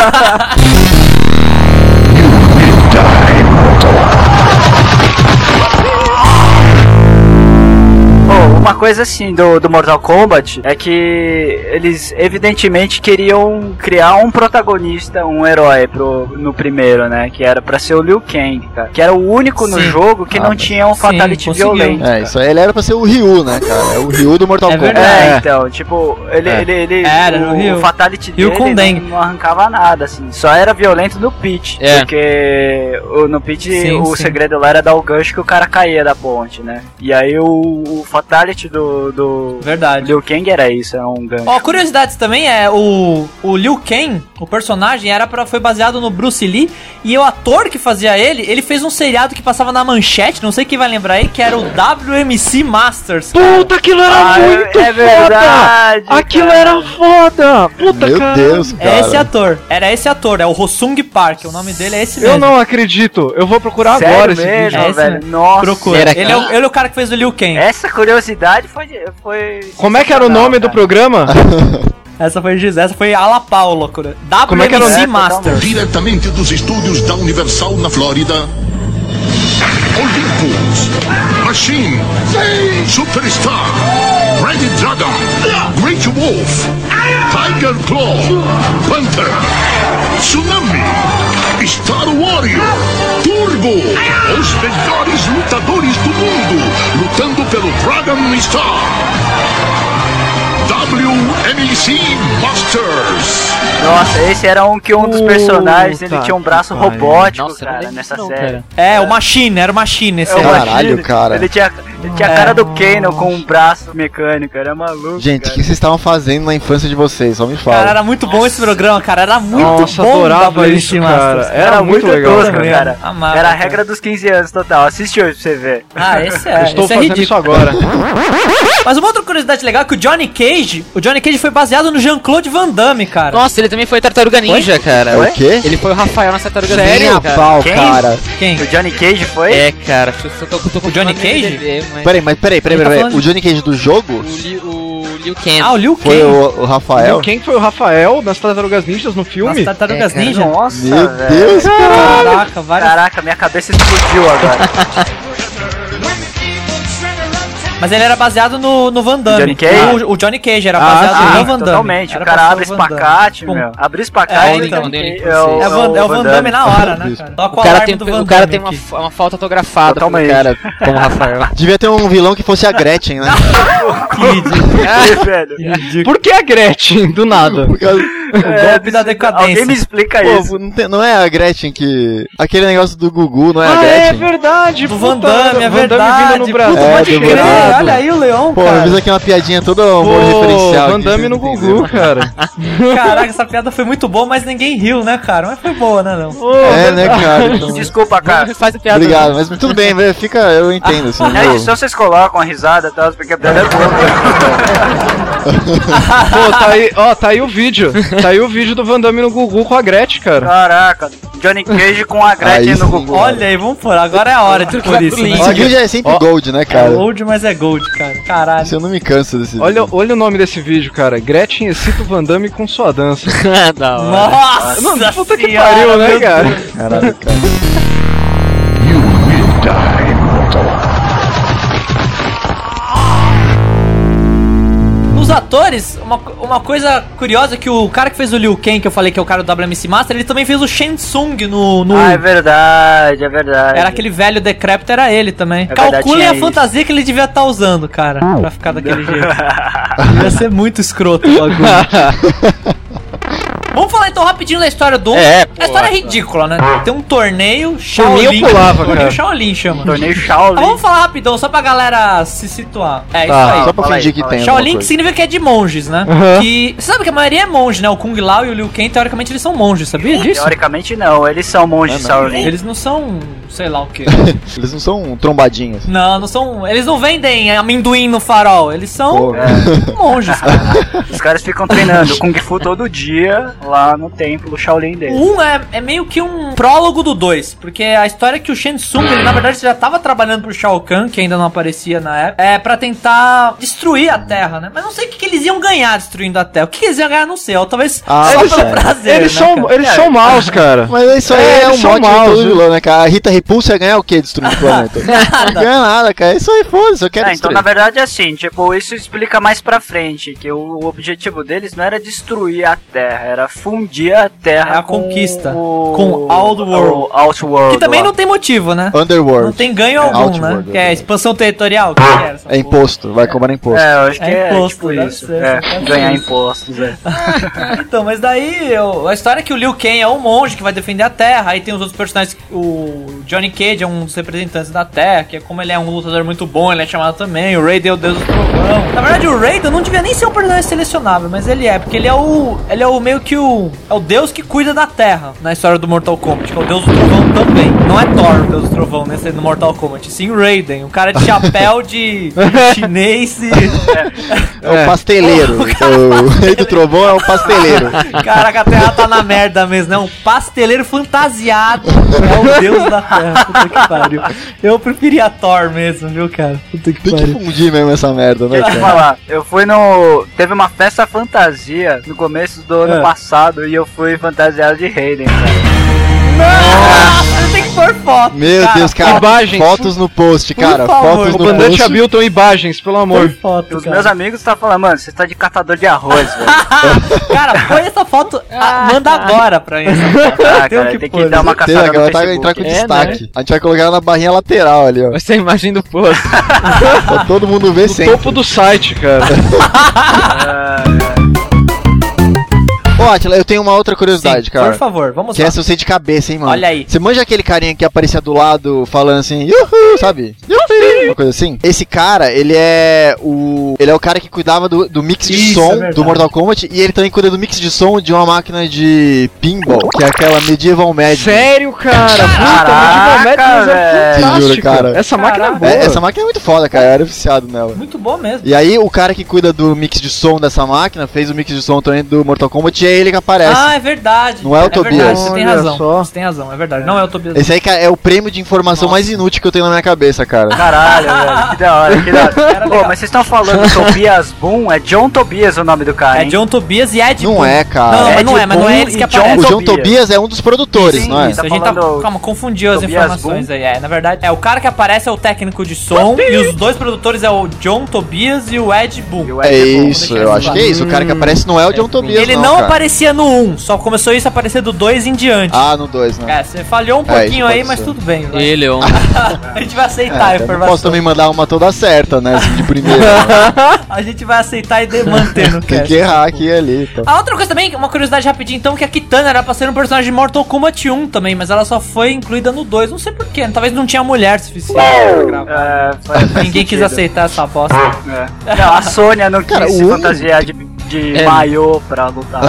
Uma coisa assim do Mortal Kombat é que eles evidentemente queriam criar um protagonista, um herói no primeiro, né? Que era pra ser o Liu Kang, cara. Que era o único no jogo que não tinha um fatality violento. Isso aí ele era pra ser o Ryu, né, cara? É o Ryu do Mortal Kombat. Então, tipo, o fatality dele não arrancava nada, assim. Só era violento no pitch. Porque no pitch o segredo lá era dar o gancho que o cara caía da ponte, né? E aí o fatality do Liu Kang era isso, era um gancho. Curiosidades também o Liu Kang, o personagem, foi baseado no Bruce Lee, e o ator que fazia ele fez um seriado que passava na Manchete, não sei quem vai lembrar aí, que era o WMC Masters. Puta, aquilo era muito foda! Verdade! Aquilo era foda! Puta, meu Deus, cara. Era esse ator, é o Hosung Park, o nome dele é esse mesmo. Eu não acredito, eu vou procurar agora esse vídeo. Velho? Nossa. Procura. Ele é o cara que fez o Liu Kang. Essa curiosidade foi... Como é que era o nome do programa? Essa foi Ala Paulo, loucura. WMC Masters. Diretamente dos estúdios da Universal na Flórida, Olympus, Machine, Superstar, Red Dragon, Great Wolf, Tiger Claw, Panther, Tsunami, Star Warrior, Turbo, os melhores lutadores do mundo, lutando pelo Dragon Star. WMC Masters. Nossa, esse era um dos personagens, ele tinha um braço robótico, cara, nessa série. O Machine, era o Machine esse Caralho, cara. Ele tinha a cara do Kano com um braço mecânico, era maluco. Gente, o que vocês estavam fazendo na infância de vocês? Só me fala. Cara, era muito bom esse programa, cara, era muito bom. Adorava isso, cara. Era muito legal, cara. Amava, era a regra dos 15 anos total. Assiste hoje pra você ver. Esse Estou fazendo isso agora. Mas uma outra curiosidade legal é que o Johnny Cage foi baseado no Jean-Claude Van Damme, cara. Nossa, ele também foi Tartaruga Ninja, cara. É o quê? Ele foi o Rafael na Tartaruga Ninja. Sério, cara? Quem? O Johnny Cage foi? Cara. Eu tô com o Johnny Cage? Peraí. O Johnny Cage do jogo? O Liu Kang. Ah, o Liu Foi Kang. o Rafael? Liu Kang foi o Rafael nas Tartarugas Ninjas no filme? Nas Tartarugas Ninja? Nossa, Meu velho. Deus, Caraca, várias... Caraca, minha cabeça explodiu agora. Mas ele era baseado no Van Damme. Johnny Cage? O Johnny Cage era baseado no Van Damme. Totalmente. Era O cara baseado abre no Van Damme. espacate, Pum. meu. Abre espacate. É, então, É o Van Damme na hora, né, cara? Toca O cara alarme tem, do Van o cara Damme tem aqui. uma falta autografada pro Totalmente. cara, como o Rafael. Devia ter um vilão que fosse a Gretchen, né? Que ridículo. velho. Que ridículo. Por que a Gretchen? Do nada. Por causa- O golpe da decadência. Alguém me explica Pô, isso. não é a Gretchen que... Aquele negócio do Gugu, não é a Ah, é Gretchen? verdade. Do puta, Van Damme, é Van Damme verdade. vindo no Brasil. Puta, É, pode do crer. Van- Olha aí o Leão, Pô, eu cara. fiz aqui uma piadinha toda humor referencial. Van aqui, Damme vocês no não Gugu, entenderam. cara. Caraca, essa piada foi muito boa, mas ninguém riu, né, cara? Mas foi boa, né, não? É, né, cara? Então- Desculpa, cara. Faz a piada. Obrigado, mas tudo bem, fica, eu entendo, assim. Na edição vocês colocam a risada e tal, porque a piada é boa. Pô, tá aí, ó, tá aí o vídeo. Tá aí o vídeo do Van Damme no Gugu com a Gretchen, cara. Caraca, Johnny Cage com a Gretchen Aí no sim. Gugu. Olha aí, vamos por. Agora é a hora de por isso, né? Esse vídeo é sempre gold, né, É cara? gold, mas é gold, cara. Caralho. Isso eu não me canso desse Olha, vídeo. olha o nome desse vídeo, cara. Gretchen excita o Van Damme com sua dança. Da hora. Nossa Não, puta que senhora, pariu, né, meu cara? Deus. Caralho, cara. You will die, mortal. Nos atores, uma coisa curiosa é que o cara que fez o Liu Kang, que eu falei que é o cara do WMC Master, ele também fez o Shang Tsung no... Ah, é verdade, é verdade. Era aquele velho decrépito, era ele também. verdade, Calculem tinha a isso. fantasia que ele devia estar usando, cara, pra ficar daquele jeito. Devia ser muito escroto o bagulho. Vamos falar então rapidinho da história do... a história é ridícula, né? Tem um torneio Shaolin. eu pulava, Torneio cara. Shaolin chama. Torneio Ah, Shaolin. vamos falar rapidão, só pra galera se situar. É isso Tá, aí. Só pra fala fingir aí, que fala tem aí. alguma Shaolin que coisa. significa que é de monges, né? Uhum. Que... Você sabe que a maioria é monge, né? O Kung Lao e o Liu Kang, teoricamente, eles são monges, sabia disso? Teoricamente não, eles são monges Shaolin. Eles não são... sei lá o quê. Eles não são trombadinhos. Não são... Eles não vendem amendoim no farol. Eles são monges, cara. Os caras ficam treinando Kung Fu todo dia lá no templo Shaolin deles. O 1 é meio que um prólogo do 2, porque a história é que o Shang Tsung, ele na verdade já tava trabalhando pro Shao Kahn, que ainda não aparecia na época, pra tentar destruir a Terra, né? Mas não sei o que eles iam ganhar destruindo a Terra. O que eles iam ganhar, não sei. Ou talvez Ah, só eles pelo são- prazer, Eles né, são, cara? eles são maus, cara. Mas isso aí é um eles são mote de maus, todo viu? vilão, né, cara? A Rita Repulsa ia ganhar o quê? Destruir o planeta? Não ganha nada, cara. Isso aí, foda-se, eu quero É, então destruir. na verdade é assim, tipo, isso explica mais pra frente, que o objetivo deles não era destruir a Terra, era fundir a Terra É a conquista. o... Com Outworld. o Outworld. Que também lá. não tem motivo, né? Underworld. Não tem ganho algum, Outworld, né? Que é expansão territorial. Que era essa É imposto, vai cobrar imposto. É, eu acho que É é, imposto, tipo deve isso. ser, É, deve ser ganhar isso. impostos, é. Então, mas daí a história é que o Liu Kang é um monge que vai defender a Terra. Aí tem os outros personagens. O Johnny Cage é um dos representantes da Terra, que é como ele é um lutador muito bom, ele é chamado também. O Raiden é o deus do trovão. Na verdade, o Raiden não devia nem ser um personagem selecionável, mas ele é, porque ele é o meio que é o deus que cuida da Terra na história do Mortal Kombat, que é o deus do trovão também. Não é Thor, o deus do trovão, nesse no Mortal Kombat, sim o Raiden, um cara de chapéu de chinês e... É o pasteleiro. O rei do trovão é o pasteleiro. Caraca, a Terra tá na merda mesmo, né? Um pasteleiro fantasiado é o deus da Terra. Puta que pariu. Eu preferia Thor mesmo, viu, cara? Puta que Tem que pariu. fundir mesmo essa merda, né, Deixa eu cara? falar, eu fui no... Teve uma festa fantasia no começo do ano É. passado e eu fui fantasiado de Raiden, cara. Nossa, tem que pôr foto. Meu Deus, cara. imagens. Fotos no post, cara. favor. Fotos O no Bandante post. Hamilton imagens, pelo Põe amor. foto, Os cara. meus amigos estavam falando, mano, você tá de catador de arroz, velho. Cara, põe essa foto, manda agora pra mim. Essa foto. Ah, Tem cara, que tem pôr, que dar uma Certeza caçada que no ela vai Facebook. entrar com É, destaque. A gente vai colocar ela na barrinha lateral ali, ó. Vai ser a imagem do post. Pra todo mundo ver No sempre. topo do site, cara. Ô, Atila, eu tenho uma outra curiosidade, Sim, cara. por favor, vamos Que lá. essa eu sei de cabeça, hein, mano. Olha aí. Você manja aquele carinha que aparecia do lado falando assim, Yuhu, sabe? Yuhu, uma coisa assim. Esse cara, ele é o cara que cuidava do mix de Isso, é som verdade. do Mortal Kombat e ele também cuida do mix de som de uma máquina de pinball, que é aquela Medieval Magic. Sério, cara? Caraca, Puta, Medieval Madness é velho. fantástica. Juro, cara. Essa máquina é Caraca. boa. Essa máquina é muito foda, cara. Eu era viciado nela. Muito bom mesmo. E aí, o cara que cuida do mix de som dessa máquina fez o mix de som também do Mortal Kombat e é ele que aparece. Ah, é verdade. Não é o Tobias. Verdade, você tem Olha razão. só. Você tem razão, é verdade. Não é o Tobias. Esse aí é o prêmio de informação mais inútil que eu tenho na minha cabeça, cara. Caralho, velho, que da hora, que da hora. Era Pô, legal. mas vocês estão falando Tobias Boom, é John Tobias o nome do cara, É hein? John Tobias e Ed Não Boon. é, cara. Não, mas Ed não é, mas não é Boon eles que e John aparecem. O John Tobias. Tobias é um dos produtores, Sim, não é? Isso, a Tá gente tá. falando Calma, confundiu as Tobias informações aí. É, na verdade, o cara que aparece é o técnico de som e os dois produtores é o John Tobias e o Ed Boon. E o É Ed Boon. isso, eu acho que é isso. O cara que aparece não é o John Tobias, Ele não cara. aparecia no 1, só começou isso a aparecer do 2 em diante. Ah, no 2, né? É, você falhou um isso pouquinho aí, pode mas ser. tudo bem. vai. Ele, ó. A gente vai aceitar a Eu não informação. posso também mandar uma toda certa, né? Assim, de primeira. A gente vai aceitar e manter no Tem cast. que errar aqui e ali. Então. A outra coisa também, uma curiosidade rapidinho, então, que a Kitana era pra ser um personagem de Mortal Kombat 1 também, mas ela só foi incluída no 2, não sei porquê, talvez não tinha mulher suficiente pra gravar. Ninguém quis aceitar essa bosta. Não, a Sônia não Cara, quis se o fantasiar de maiô pra lutar.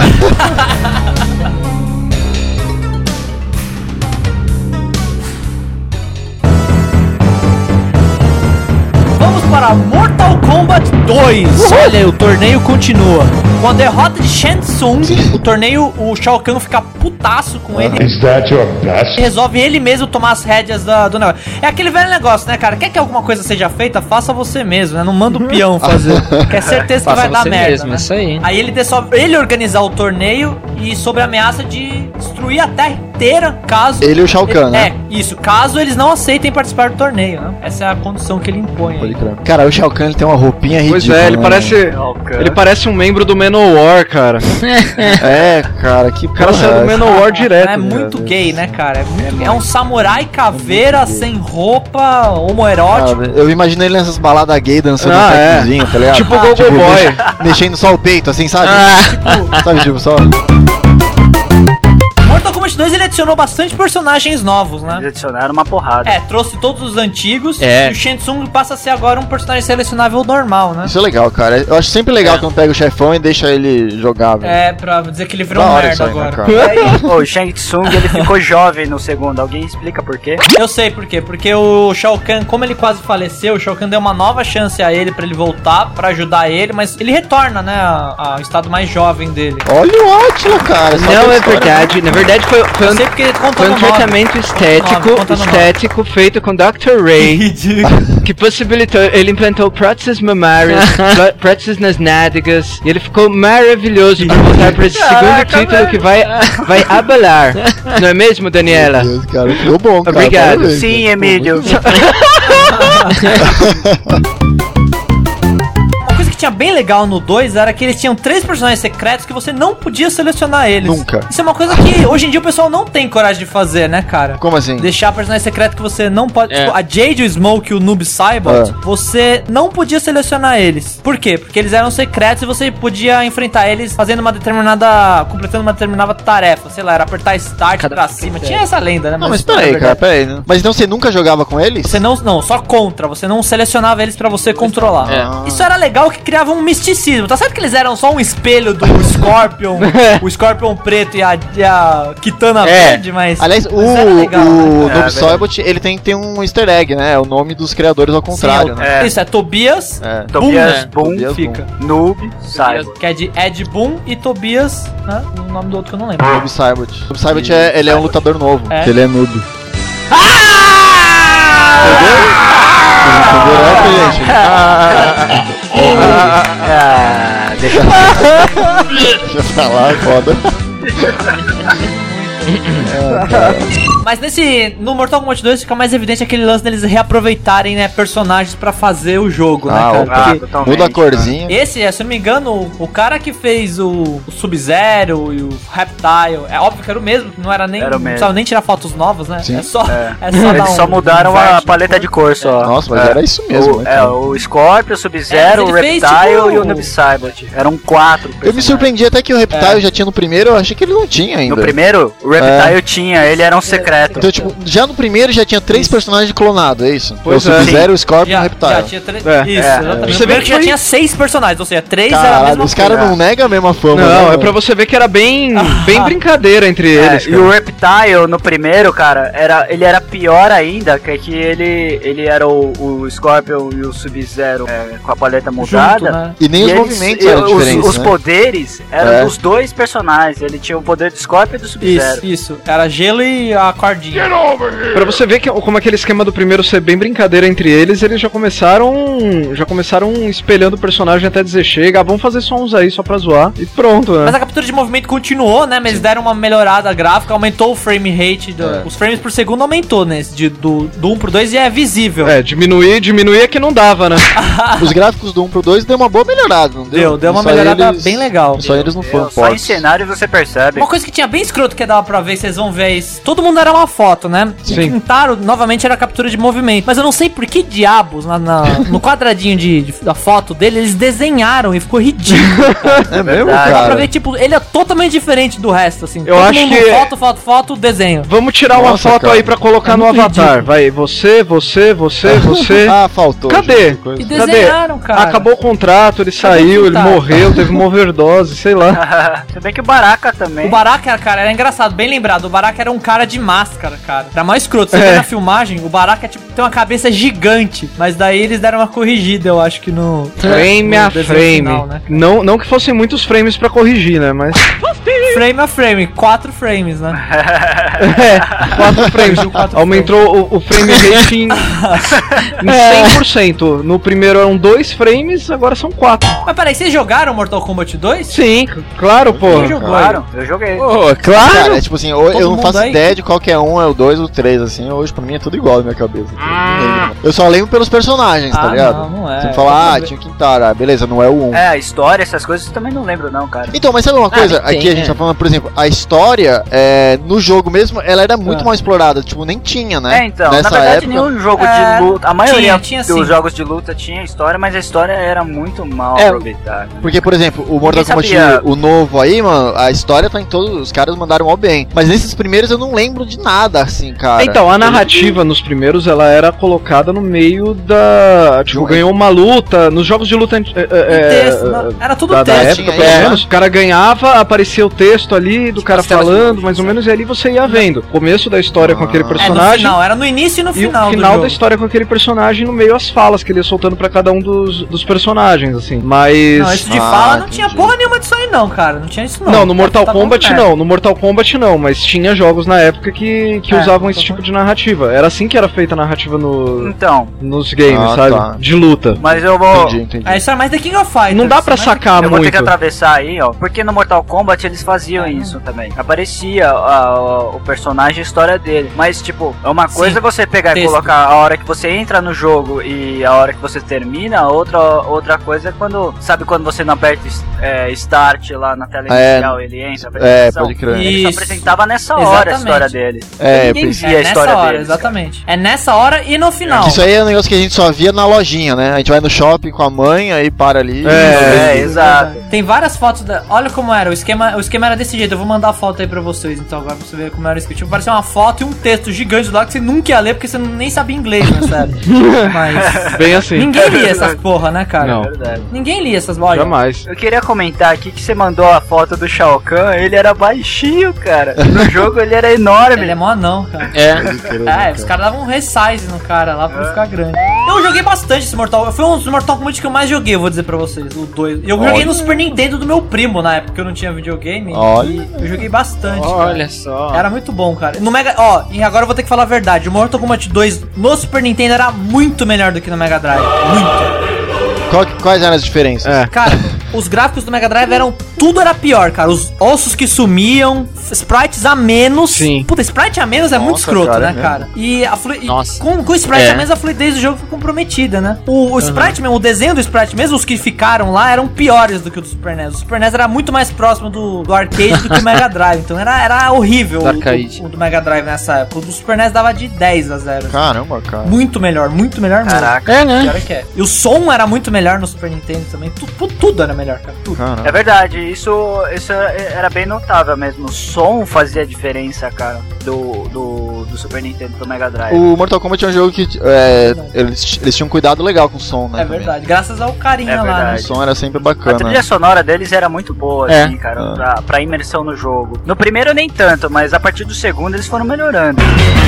Vamos para Mortal Kombat 2. Olha, o torneio continua. Com a derrota de Shang Tsung, o torneio, o Shao Kahn fica putaço com ele. Is that your best? E resolve ele mesmo tomar as rédeas do negócio. É aquele velho negócio, né, cara? Quer que alguma coisa seja feita, faça você mesmo, né? Não manda o peão fazer. Quer certeza que Faça vai dar você merda, mesmo, né? isso aí. Aí ele resolve ele organizar o torneio e sob a ameaça de destruir a terra inteira, caso... Ele e o Shao Kahn, né? É, isso. Caso eles não aceitem participar do torneio, né? Essa é a condição que ele impõe aí. Pode crer. Cara, o Shao Kahn ele tem uma roupinha ridícula. Pois é, ele né? parece. Ele parece um membro do Manowar, cara. É, cara, que O cara saiu do Manowar direto. É né? muito gay, né, cara? É um samurai caveira sem roupa, homoerótico. Cara, eu imagino ele nessas baladas gay dançando um tecnozinho, tá ligado? Tipo Gogo Boy. Mexendo só o peito, assim, sabe? Sabe, tipo, só... Mortal Kombat 2 ele adicionou bastante personagens novos, né? Eles adicionaram uma porrada. É, trouxe todos os antigos É. e o Shang Tsung passa a ser agora um personagem selecionável normal, né? Isso é legal, cara. Eu acho sempre legal quando pega o chefão e deixa ele jogável. É, pra dizer que ele virou Da um hora merda isso aí, né, agora. cara? Pô, o Shang Tsung ele ficou jovem no segundo. Alguém explica por quê? Eu sei por quê. Porque o Shao Kahn, como ele quase faleceu, o Shao Kahn deu uma nova chance a ele pra ele voltar, pra ajudar ele, mas ele retorna, né, ao estado mais jovem dele. Olha o Atila, cara. sabe Não, a é história, verdade. Na verdade, foi Eu sei porque ele conta foi no um nove. tratamento estético feito com Dr. Ray, que possibilitou, ele implantou próteses mamárias, próteses nas nádegas, e ele ficou maravilhoso para voltar para esse segundo título que vai abalar. Não é mesmo, Daniela? Meu Deus, cara. Ficou bom, cara. Obrigado. Parabéns, Sim, cara. Emílio. Uma coisa que tinha bem legal no 2 era que eles tinham 3 personagens secretos que você não podia selecionar eles. Nunca. Isso é uma coisa que hoje em dia o pessoal não tem coragem de fazer, né, cara? Como assim? Deixar personagem secreto que você não pode. É. Tipo, a Jade, o Smoke e o Noob Saibot, você não podia selecionar eles. Por quê? Porque eles eram secretos e você podia enfrentar eles fazendo uma determinada. Completando uma determinada tarefa. Sei lá, era apertar start pra cima. Tinha essa lenda, né? Não, mas isso não é peraí, cara, verdade. peraí. Né? Mas então você nunca jogava com eles? Você não, só contra, você não selecionava eles pra você controlar. É. Isso era legal que criava um misticismo. Tá certo que eles eram só um espelho do Scorpion, o Scorpion preto e a Kitana verde, mas. Aliás, mas era legal, né? o É, Noob Saibot, ele tem que ter um easter egg, né? É o nome dos criadores ao contrário, Sim, né? É. Isso, é Tobias, É. Tobias né? Boom, Tobias fica. Noob, Cyborg. Que é de Ed Boon e Tobias, né? O nome do outro que eu não lembro. Noob Saibot. Noob Saibot ele é um lutador novo. É. Ele é noob. Entendeu essa, gente? Deixa Deixa eu falar, foda. Mas no Mortal Kombat 2 fica mais evidente aquele lance deles reaproveitarem, né, personagens pra fazer o jogo, né, cara? ok. Porque totalmente, Muda a corzinha. esse, se eu não me engano, o cara que fez o Sub-Zero e o Reptile, é óbvio que era o mesmo, não era nem. Era o Não mesmo. precisava nem tirar fotos novas, né? Sim. É só. É. É só dar Eles só um mudaram a inverte paleta de cor só. Nossa, mas era isso mesmo, né, cara? O Scorpio, o Sub-Zero, É, o ele fez, Reptile tipo, e o Noob Saibot. Eram 4 Eu me surpreendi até que o Reptile já tinha no primeiro, eu achei que ele não tinha ainda. No primeiro, o Reptile tinha, ele era um secreto. Então, tipo, já no primeiro já tinha 3 personagens clonados, é isso? Pois o Sub-Zero, o Scorpion e o Reptile. Já tinha 3. Isso, exatamente. Você vê que já tinha 6 personagens, ou seja, 3 era a Caralho, mesma os caras não negam a mesma fama. Não, né, é pra você ver que era bem brincadeira entre eles. E o Reptile no primeiro, cara, ele era pior ainda, que ele era o Scorpion e o Sub-Zero com a paleta mudada. Junto, né? E nem os movimentos eram diferentes, os poderes eram dos dois personagens. Ele tinha o poder do Scorpion e do Sub-Zero. Isso. Era gelo e a cordinha. Pra você ver que, como aquele esquema do primeiro ser bem brincadeira entre eles já começaram espelhando o personagem até dizer chega, vamos fazer só uns aí só pra zoar e pronto, né? Mas a captura de movimento continuou, né? Mas eles deram uma melhorada gráfica, aumentou o frame rate, os frames por segundo aumentou, né? Do 1 pro 2 e é visível. Diminuir é que não dava, né? Os gráficos do 1 pro 2 deu uma boa melhorada, não deu? Deu uma melhorada bem legal. Só eles não foram Só em cenário você percebe. Uma coisa que tinha bem escroto que dava pra ver, vocês vão ver isso. Todo mundo era uma foto, né? Sim. O Quintaro, novamente, era captura de movimento. Mas eu não sei por que diabos, no quadradinho da foto dele, eles desenharam e ficou ridículo. É mesmo, Dá cara? pra ver, tipo, ele é totalmente diferente do resto, assim. Eu acho que... Foto, desenho. Vamos tirar uma foto aí pra colocar no avatar. Vai, você. Faltou. Cadê? E desenharam, cara. Acabou o contrato, ele saiu, ele morreu, teve uma overdose, sei lá. Se bem que o Baraka também. O Baraka, cara, era engraçado, bem lembrado. O Baraka era um cara de máscara, cara. Era mais escroto. Você vê na filmagem, o Baraka tipo, tem uma cabeça gigante. Mas daí eles deram uma corrigida, eu acho que no... Frame a frame. Final, né? Não que fossem muitos frames pra corrigir, né? Mas... Frame a frame, 4 frames, né? 4 frames. Aumentou o frame rate em 100%. No primeiro eram 2 frames, agora são 4. Mas peraí, vocês jogaram Mortal Kombat 2? Sim, claro, pô. Claro, eu joguei. Claro. Cara, é tipo assim, eu não faço ideia de qual que é um, é o 2 ou o 3, assim. Hoje pra mim é tudo igual na minha cabeça. Eu só lembro pelos personagens, tá ligado? Não é. Você fala, tinha o Quintaro, beleza, não é o 1. A história, essas coisas eu também não lembro não, cara. Então, mas sabe uma coisa? Aqui a gente tá falando, por exemplo, a história, no jogo mesmo, ela era muito mal explorada. Tipo, nem tinha, né? Então, nessa na verdade época, nenhum jogo de luta, a maioria tinha dos jogos de luta tinha história, mas a história era muito mal aproveitada. Porque, por exemplo, o Mortal Kombat, o novo aí, mano, a história tá em todos, os caras mandaram mal bem. Mas nesses primeiros eu não lembro de nada, assim, cara. Então, a narrativa nos primeiros, ela era colocada no meio da... Tipo, ganhou uma luta, nos jogos de luta... era tudo da texto. época, pelo menos, o cara ganhava, aparecia o texto ali do cara falando, mais ou menos, e ali você ia vendo. Começo da história com aquele personagem... No final, era no início e no final o final da história com aquele personagem, no meio as falas que ele ia soltando pra cada um dos personagens, assim. Mas... Não, isso de fala não tinha porra nenhuma disso aí não, cara. Não tinha isso não. Não, no Mortal Kombat não. No Mortal Kombat não, mas tinha jogos na época que usavam esse tipo de narrativa. Era assim que era feita a narrativa nos games, sabe? Tá. De luta. Mas eu vou... Entendi. Isso era mais The King of Fighters. Não dá pra sacar muito. Eu vou ter que atravessar aí, ó. Porque no Mortal Kombat eles faziam isso também. Aparecia o personagem e a história dele. Mas, tipo, é uma coisa você pegar e colocar a hora que você entra no jogo e a hora que você termina. Outra coisa é quando... Sabe quando você não aperta Start lá na tela inicial, ele entra a apresentação? Pode crer. Ele só apresentava nessa hora a história dele. Ninguém via a história dele. Exatamente. É nessa hora e no final. Isso aí é um negócio que a gente só via na lojinha, né? A gente vai no shopping com a mãe, aí para ali. Exato. Tem várias fotos olha como era, o esquema era desse jeito. Eu vou mandar a foto aí pra vocês, então, agora pra você ver como era escrito. Tipo, parecia uma foto e um texto gigante lá que você nunca ia ler porque você nem sabia inglês, né, sério? Mas... Bem assim. Ninguém lia essas porra, né, cara? Não. Ninguém lia essas bolas. Jamais. Eu queria comentar aqui que você mandou a foto do Shao Kahn, ele era baixinho, cara. No jogo ele era enorme. Ele é mó anão, cara. Os caras davam um resize no cara lá pra ficar grande. Eu joguei bastante esse Mortal Kombat. Foi um dos Mortal Kombat que eu mais joguei, eu vou dizer pra vocês, o 2. Eu joguei no Super Nintendo do meu primo na época que eu não tinha videogame. Olha. E eu joguei bastante. Olha só. Era muito bom, cara. No Mega. E agora eu vou ter que falar a verdade. O Mortal Kombat 2 no Super Nintendo era muito melhor do que no Mega Drive. Muito. Quais eram as diferenças? Cara, os gráficos do Mega Drive tudo era pior, cara. Os ossos que sumiam, sprites a menos. Sim. Puta, sprite a menos é muito escroto, né, cara? E com sprite a menos, a fluidez do jogo foi comprometida, né? O sprite mesmo, o desenho do sprite mesmo, os que ficaram lá eram piores do que o do Super NES. O Super NES era muito mais próximo do arcade do que o Mega Drive. Então era horrível o do Mega Drive nessa época. O do Super NES dava de 10 a 0. Caramba, cara. Muito melhor mesmo. Caraca. Né? E o som era muito melhor no Super Nintendo também. Tudo era melhor. melhor, cara. Tudo. É verdade, isso era bem notável mesmo. O som fazia diferença, cara, do Super Nintendo pro Mega Drive. O Mortal Kombat é um jogo que eles tinham um cuidado legal com o som, né? É verdade, graças ao carinha lá, né? O som era sempre bacana. A trilha sonora deles era muito boa, assim, cara, pra imersão no jogo. No primeiro nem tanto, mas a partir do segundo eles foram melhorando.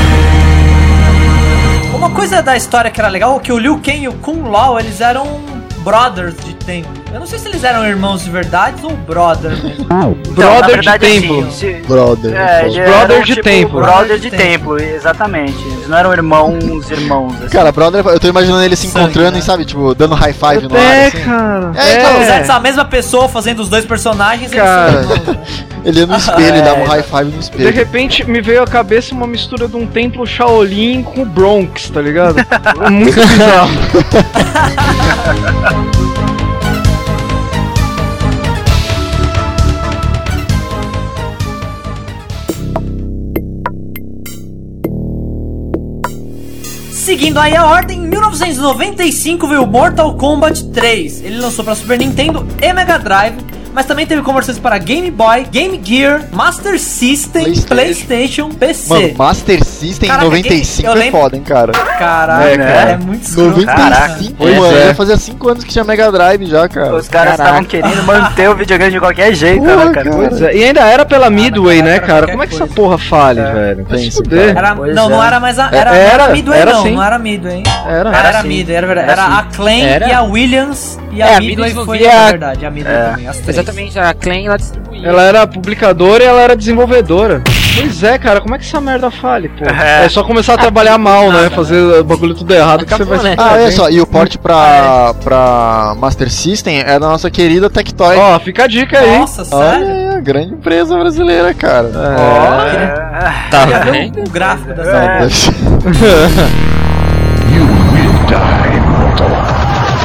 Uma coisa da história que era legal é que o Liu Kang e o Kung Lao, eles eram brothers de tempo. Eu não sei se eles eram irmãos de verdade ou brother mesmo. Brother de tempo. Brother. Brother de tempo. Brother de tempo, exatamente. Eles não eram irmãos. Assim. Cara, brother, eu tô imaginando eles se encontrando e, sabe, tipo, dando high five no ar, assim. Cara. Apesar de ser a mesma pessoa fazendo os dois personagens, cara. eles são irmãos, né? Ele ia no espelho e dava um high five no espelho. De repente me veio à cabeça uma mistura de um templo Shaolin com o Bronx, tá ligado? Muito bizarro. Seguindo aí a ordem, em 1995 veio Mortal Kombat 3. Ele lançou para Super Nintendo e Mega Drive, mas também teve conversões para Game Boy, Game Gear, Master System, PlayStation, PC. Mano, Master System em 95 é foda, hein, cara. Caraca, é muito escuro. 95, mano, já fazia 5 anos que tinha Mega Drive já, cara. Os caras estavam querendo manter o videogame de qualquer jeito, né, cara? E ainda era pela Midway, né, cara? Como é que essa porra fale, velho? Não era mais era Midway, era não. Assim. Não era Midway. Era Midway, era verdade. Era a Clan e a Williams e a Midway foi a verdade. A Midway também, as três. Exatamente, a Clan ela distribuía. Ela era publicadora e ela era desenvolvedora. Pois é, cara, como é que essa merda fale, pô? É só começar a trabalhar mal, né? Fazer o bagulho tudo errado que você vai se olha só, e o port pra Master System é da nossa querida Tectoy. Ó, fica a dica aí. Nossa, sério? Olha, grande empresa brasileira, cara. Tá vendo o gráfico dessa You will die, mortal.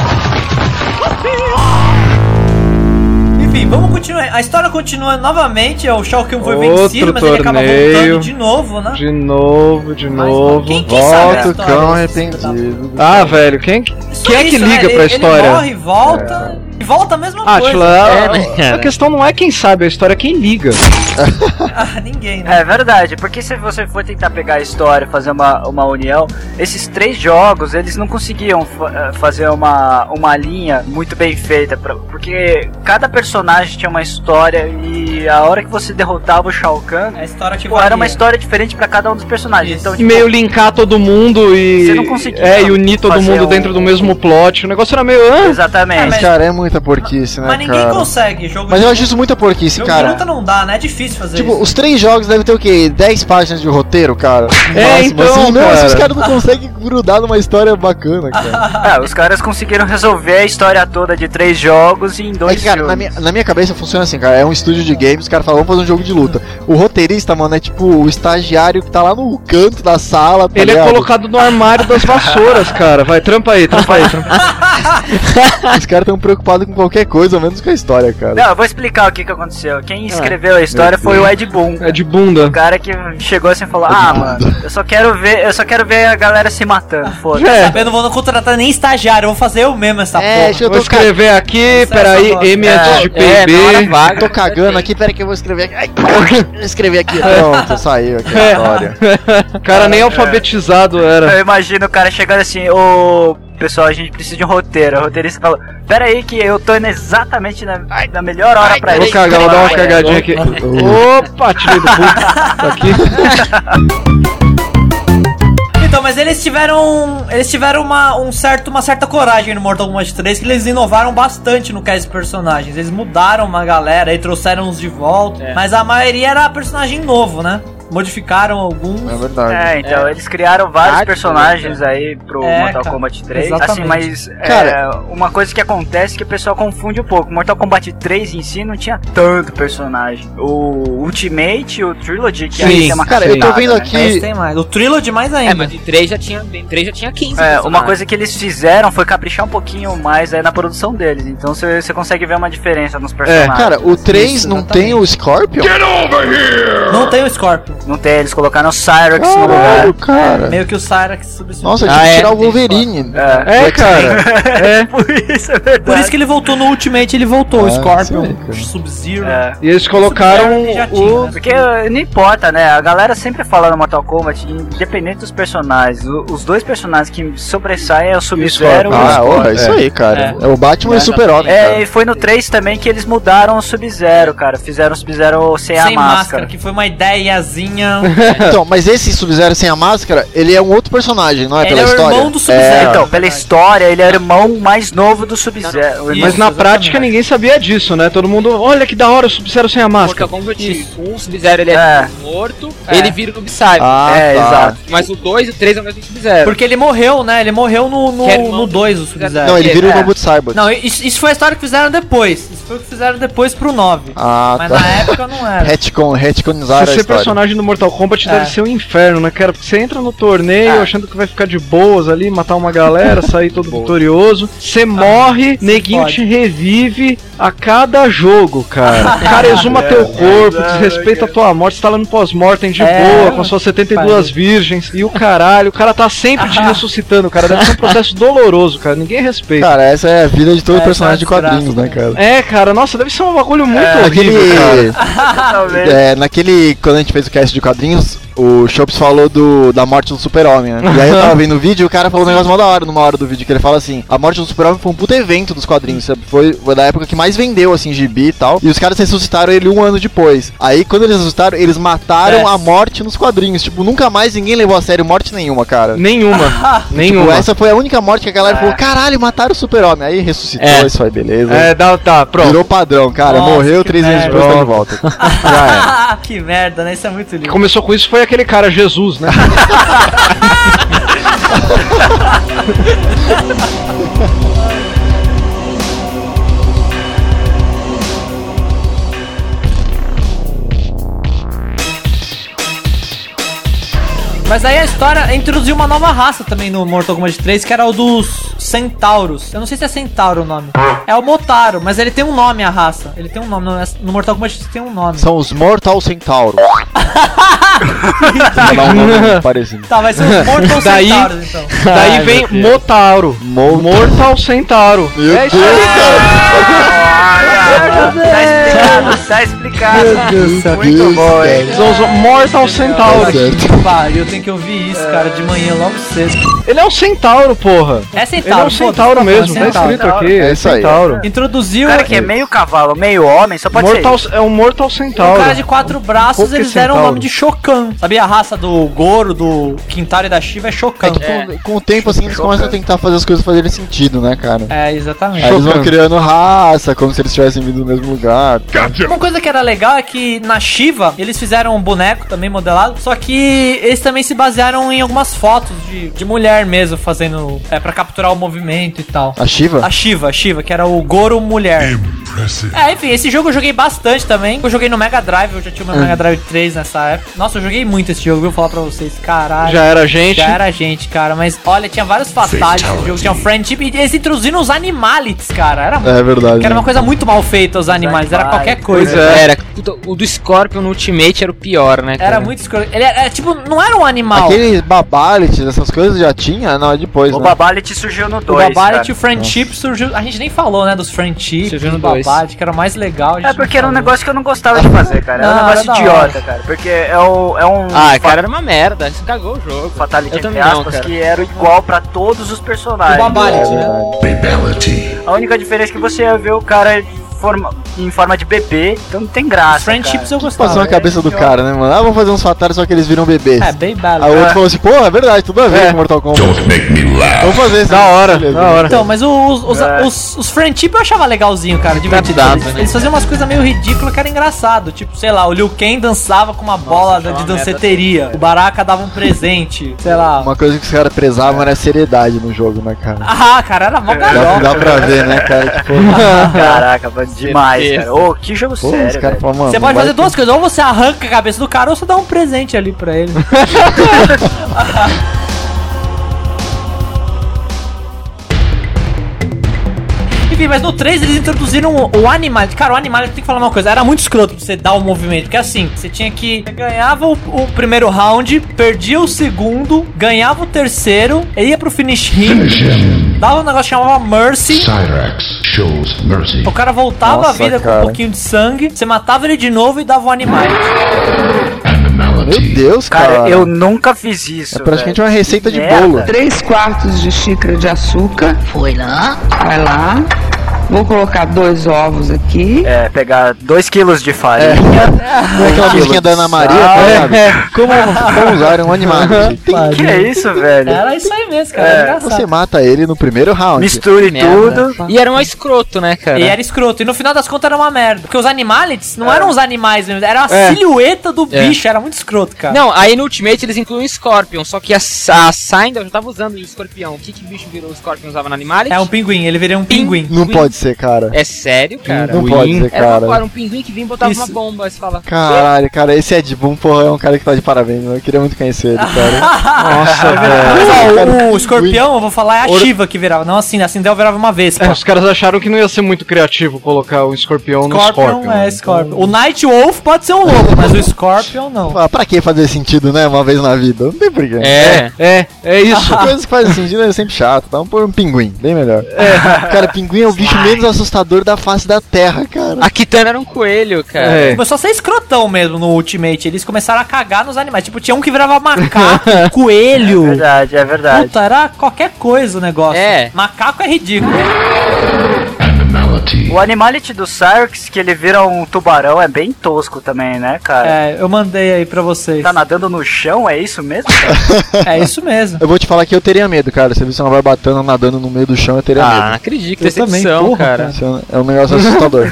Enfim, vamos continuar. A história continua novamente. O Shao Kahn foi Outro vencido, mas ele acaba voltando de novo, né? De novo. Quem sabe a Volta o história cão desse arrependido. Ah, velho, quem é que liga pra história? Ele morre, volta e volta a mesma coisa. Tila, a questão não é quem sabe, a história é quem liga. Ninguém, né? É verdade, porque se você for tentar pegar a história e fazer uma união, esses 3 jogos, eles não conseguiam fazer uma linha muito bem feita, porque cada personagem tinha uma história e a hora que você derrotava o Shao Kahn, a história era uma história diferente pra cada um dos personagens. Então, e meio linkar todo mundo e você não conseguia e unir todo mundo dentro do mesmo plot. O negócio era meio... Exatamente. Mas, cara, é muita porquice, né, mas ninguém consegue. Mas eu acho isso muita porquice, cara. Jogo de luta não dá, né? É difícil fazer tipo, isso. Os 3 jogos devem ter o quê? 10 páginas de roteiro, cara? Então, assim, não, cara. Os caras não conseguem grudar numa história bacana, cara. Os caras conseguiram resolver a história toda de 3 jogos em 2 cara, na minha cabeça funciona assim, cara. É um estúdio de games, os caras falam, vamos fazer um jogo de luta. O roteirista, mano, é tipo o estagiário que tá lá no canto da sala. Ele é colocado no armário das vassouras, cara. Vai, trampa aí. Os caras tão preocupados com qualquer coisa, ao menos com a história, cara. Não, eu vou explicar o que aconteceu. Quem escreveu a história foi o Ed Boon. É de bunda. O cara que chegou assim e falou: mano, eu só quero ver a galera se matando, foda-se. Eu não vou contratar nem estagiário, eu vou fazer eu mesmo essa porra. Eu vou escrever aqui, peraí, M antes de PB. Tô cagando aqui, peraí que eu vou escrever aqui. Ai, vou escrever aqui. Pronto, saiu aqui a história. O cara nem alfabetizado era. Eu imagino o cara chegando assim, pessoal, a gente precisa de um roteiro. O roteirista falou: pera aí que eu tô indo exatamente na melhor hora pra isso. Vou dar uma cagadinha aqui. Opa, tirei do cu. Tá aqui. Então, mas eles tiveram uma certa coragem no Mortal Kombat 3, que eles inovaram bastante no cast de personagens. Eles mudaram uma galera e trouxeram uns de volta, mas a maioria era personagem novo, né? Modificaram alguns. É verdade. Então eles criaram vários personagens aí pro Mortal Kombat 3. Exatamente. Assim, mas uma coisa que acontece é que o pessoal confunde um pouco. Mortal Kombat 3 em si não tinha tanto personagem. O Ultimate e o Trilogy que aí tem uma cara, eu tô vendo aqui. Esse tem mais. O Trilogy mais ainda. Mas em 3 já tinha 15. Uma coisa que eles fizeram foi caprichar um pouquinho mais aí na produção deles. Então você consegue ver uma diferença nos personagens. Cara, o 3 não tem o Scorpion? Get over here! Não tem o Scorpion. Não tem, eles colocaram o Cyrax no lugar. Cara. Meio que o Cyrax substituiu. Nossa, tinha que tirar o Wolverine. Cara. Por isso é verdade. Por isso que ele voltou no Ultimate, ele voltou. O Scorpion, Sub-Zero. E eles colocaram o... Porque não importa, né? A galera sempre fala no Mortal Kombat, independente dos personagens, os dois personagens que sobressaem é o Sub-Zero e o Scorpion. É isso aí, cara. É o Batman e o Super-Homem. E foi no 3 também que eles mudaram o Sub-Zero, cara. Fizeram o Sub-Zero sem a máscara. Que foi uma ideiazinha. Então, mas esse Sub-Zero sem a máscara, ele é um outro personagem, não é? Pela história? Ele é o irmão do Sub-Zero. Então, pela história, ele é o irmão mais novo do Sub-Zero. Mas na prática ninguém sabia disso, né? Todo mundo, olha que da hora o Sub-Zero sem a máscara. Porque como eu disse, o Sub-Zero ele é morto, ele vira o Noob Saibot. Exato. Mas o 2 e o 3 é o mesmo Sub-Zero. Porque ele morreu, né? Ele morreu no 2, o Sub-Zero. Não, ele vira o Noob Saibot. Não, isso foi a história que fizeram depois. Isso foi o que fizeram depois pro 9. Mas na época não era. Retconizaram a ser história. personagem no Mortal Kombat deve ser um inferno, né, cara? Porque você entra no torneio achando que vai ficar de boas ali, matar uma galera, sair todo vitorioso. Você morre, neguinho te revive a cada jogo, cara. O cara exuma teu corpo, desrespeita a tua morte, você tá lá no pós-mortem de boa, com as suas 72 virgens. E o caralho, o cara tá sempre te ressuscitando, cara. Deve ser um processo doloroso, cara. Ninguém respeita. Cara, essa é a vida de todo personagem de quadrinhos, né, cara? Cara, nossa, deve ser um bagulho muito horrível, cara. Naquele, quando a gente fez o cast de quadrinhos, o Chops falou da morte do Super-Homem, né? E aí eu tava vendo o vídeo e o cara falou um negócio mó da hora numa hora do vídeo, que ele fala assim, a morte do Super-Homem foi um puta evento dos quadrinhos, sabe? Foi da época que mais vendeu, assim, gibi e tal, e os caras ressuscitaram ele 1 ano depois. Aí, quando eles ressuscitaram, eles mataram a morte nos quadrinhos, tipo, nunca mais ninguém levou a sério morte nenhuma, cara. Nenhuma. Tipo, essa foi a única morte que a galera falou, caralho, mataram o Super-Homem. Aí ressuscitou, isso aí, beleza. Pronto. Virou padrão, cara. Nossa, morreu 3 meses depois, tá de volta. Que merda, né? Isso é muito lindo. Quem começou com isso foi aquele cara, Jesus, né? Mas aí a história introduziu uma nova raça também no Mortal Kombat 3, que era o dos Centauros. Eu não sei se é Centauro o nome. É o Motaro, mas ele tem um nome, a raça. Ele tem um nome. No Mortal Kombat tem um nome. São os Mortal Centauros. Dá um nome parecido. Tá, vai ser os Mortal Centauros, então. Daí vem Motaro. Mortal Centauro. Meu Deus, cara. Tá explicado. Muito bom, hein? São os Mortal Centauro. Eu tenho que ouvir isso, cara, de manhã logo cedo. Ele é um centauro, porra. É Centauro. Ele é um centauro mesmo, tá escrito aqui. É isso aí. Centauro. Introduziu. O cara que é meio cavalo, meio homem, só pode ser. É um Mortal Centauro. Um cara de 4 braços, eles deram o nome de Shokan. Sabia a raça do Goro, do Quintaro e da Shiva é Shokan. Com o tempo, assim, eles começam a tentar fazer as coisas fazerem sentido, né, cara? É, exatamente. Aí eles vão criando raça, como se eles tivessem vindo do mesmo lugar. Uma coisa que era legal é que na Shiva, eles fizeram um boneco também modelado, só que eles também se basearam em algumas fotos de mulher mesmo, fazendo, pra capturar o movimento e tal. A Shiva? A Shiva, que era o Goro mulher. Enfim, esse jogo eu joguei bastante também. Eu joguei no Mega Drive, eu já tinha o meu Mega Drive 3 nessa época. Nossa, eu joguei muito esse jogo, viu? Falar pra vocês, caralho. Já era gente, cara, mas olha, tinha vários fatalities no jogo, tinha um friendship e eles introduziram os animalities, cara. Era muito, verdade. era uma coisa muito mal feita, os animais, era qualquer coisa. O do Scorpion no Ultimate era o pior, né, cara? Era muito escroto. Ele era, tipo, não era um animal. Aqueles Babalities, essas coisas já tinha? Não, é depois, o né? Babality surgiu no 2, O Babality e o Friendship surgiu... A gente nem falou, né, dos Friendship, surgiu no do Babality, que era o mais legal. Porque era um negócio que eu não gostava de fazer, cara. Era um negócio idiota, cara. Porque é um... cara, era uma merda. Você cagou o jogo. Fatality, entre aspas, que era igual pra todos os personagens. O Babality, né? Babality. A única diferença é que você ia ver o cara em forma de bebê, então não tem graça. Friendships eu gostava. Passou na cabeça do cara, né, mano? Vamos fazer uns fatais só que eles viram bebês. Bem belo. Aí o outro falou assim, pô, é verdade, tudo a ver com Mortal Kombat. Don't make me laugh. Vamos fazer isso. Da hora. Então, mas os Friendship eu achava legalzinho, cara, divertido. Eles faziam umas coisas meio ridículas que era engraçado. Tipo, sei lá, o Liu Kang dançava com uma bola de danceteria. O Baraka dava um presente, sei lá. Uma coisa que os caras prezavam era a seriedade no jogo, né, cara? Cara, era mó galhofa. Dá pra ver, né, cara? Tipo... Caraca, demais, cara. Que jogo sério, os caras falam, mano, você pode fazer duas coisas, ou você arranca a cabeça do cara, ou você dá um presente ali pra ele. Enfim, mas no 3 eles introduziram o Animality. Cara, o Animality, tem que falar uma coisa, era muito escroto pra você dar o movimento, porque assim, você tinha que... Você ganhava o primeiro round, perdia o segundo, ganhava o terceiro, ia pro finish him, dava um negócio que chamava Mercy. Cyrax shows mercy. O cara voltava a vida com um pouquinho de sangue, você matava ele de novo e dava o Animality. Meu Deus, cara. Eu nunca fiz isso. É praticamente uma receita de merda. bolo. 3/4 de xícara de açúcar. Foi lá. Vai lá. Vou colocar 2 ovos aqui. Pegar 2 quilos de farinha. Aquela musiquinha da Ana Maria, tá Como usar um animal. Que é isso, velho? Era isso aí mesmo, cara. Era engraçado. Você mata ele no primeiro round. Misture tudo. E era um escroto, né, cara? E era escroto. E no final das contas era uma merda. Porque os Animalities não eram os animais mesmo. Era a silhueta do bicho. Era muito escroto, cara. Não, aí no Ultimate eles incluem o Scorpion. Só que a Syndra já tava usando o escorpião. O que bicho virou o Scorpion usava no Animality? É um pinguim. Ele virou um pinguim. Não pode ser, cara. É sério, cara? Não pode ser, cara. Era um pinguim que vinha e botava uma bomba. Aí você fala... Caralho, cara, esse Ed Boon, porra, é um cara que tá de parabéns. Eu queria muito conhecer ele, cara. Nossa, velho. O escorpião, eu vou falar, é a Shiva que virava. Não assim, a Sindel virava uma vez. Os caras acharam que não ia ser muito criativo colocar o escorpião no Scorpion. É, Scorpion. O Night Wolf pode ser um lobo, mas o Scorpion não. Pra que fazer sentido, né? Uma vez na vida. Não tem porquê. É isso. Coisas que fazem sentido é sempre chato. Vamos pôr um pinguim, bem melhor. Cara, pinguim é o bicho menos assustador da face da terra, cara. A Kitana era um coelho, cara. Começou a ser escrotão mesmo no Ultimate. Eles começaram a cagar nos animais. Tipo, tinha um que virava macaco, coelho. É verdade. Puta, era qualquer coisa o negócio. Macaco é ridículo. O Animality do Cyrax, que ele vira um tubarão, é bem tosco também, né, cara? Eu mandei aí pra vocês. Tá nadando no chão, é isso mesmo, cara? É isso mesmo. Eu vou te falar que eu teria medo, cara. Se você não vai batendo, nadando no meio do chão, eu teria medo. Não acredito, decepção, cara. Isso é um negócio assustador.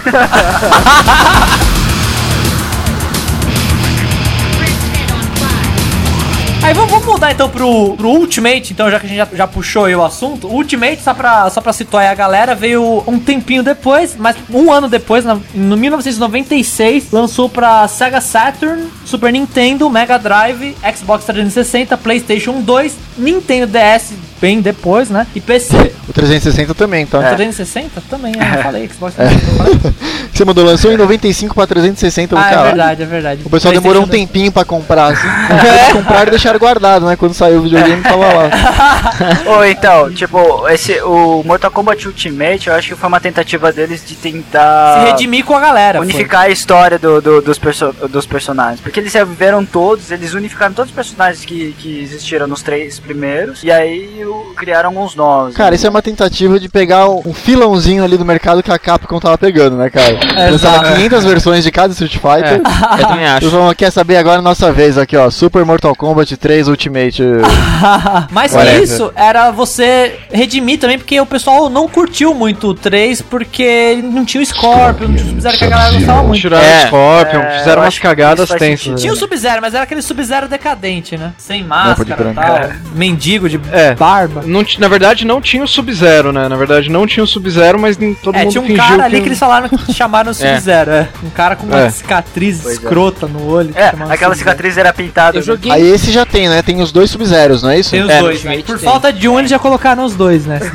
Aí vamos mudar então pro Ultimate, então, já que a gente já puxou aí o assunto. O Ultimate, só pra situar aí a galera, veio um tempinho depois, mas um ano depois, no 1996, lançou pra Sega Saturn, Super Nintendo, Mega Drive, Xbox 360, PlayStation 2, Nintendo DS bem depois, né? E PC. O 360 também, tá? O 360 também, eu falei, Xbox 360. Você mandou, lançou em 95 pra 360, cara. É verdade. O pessoal demorou um tempinho pra comprar, assim. Eles compraram e deixaram guardado, né? Quando saiu o videogame, tava lá. Então, tipo, o Mortal Kombat Ultimate, eu acho que foi uma tentativa deles de tentar... se redimir com a galera. Unificar a história dos personagens. Porque eles viveram todos, eles unificaram todos os personagens que existiram nos 3 primeiros. E aí criaram alguns novos. Cara, isso é uma tentativa de pegar um filãozinho ali do mercado que a Capcom tava pegando, né, cara? Lançaram 500 versões de cada Street Fighter. Eu também acho. Então, quer saber agora a nossa vez aqui, ó. Super Mortal Kombat 3 Ultimate. Mas isso era você redimir também, porque o pessoal não curtiu muito o 3, porque não tinha o Scorpion, não tinha o Sub-Zero, que a galera gostava muito. Tiraram o Scorpion, fizeram umas cagadas tensas. Tinha o Sub-Zero, mas era aquele Sub-Zero decadente, né? Sem máscara e tal. Mendigo de barba. Na verdade, não tinha o Sub-Zero, né? Na verdade, não tinha o Sub-Zero, mas todo mundo tinha um fingiu cara ali que eles falaram que chamaram o Sub-Zero. Um cara com uma cicatriz escrota no olho. Aquela cicatriz era pintada. Eu joguei. Aí esse já tem, né? Tem os 2 Sub-Zeros, não é isso? Tem os 2. Né? Por falta de um, eles já colocaram os 2, né?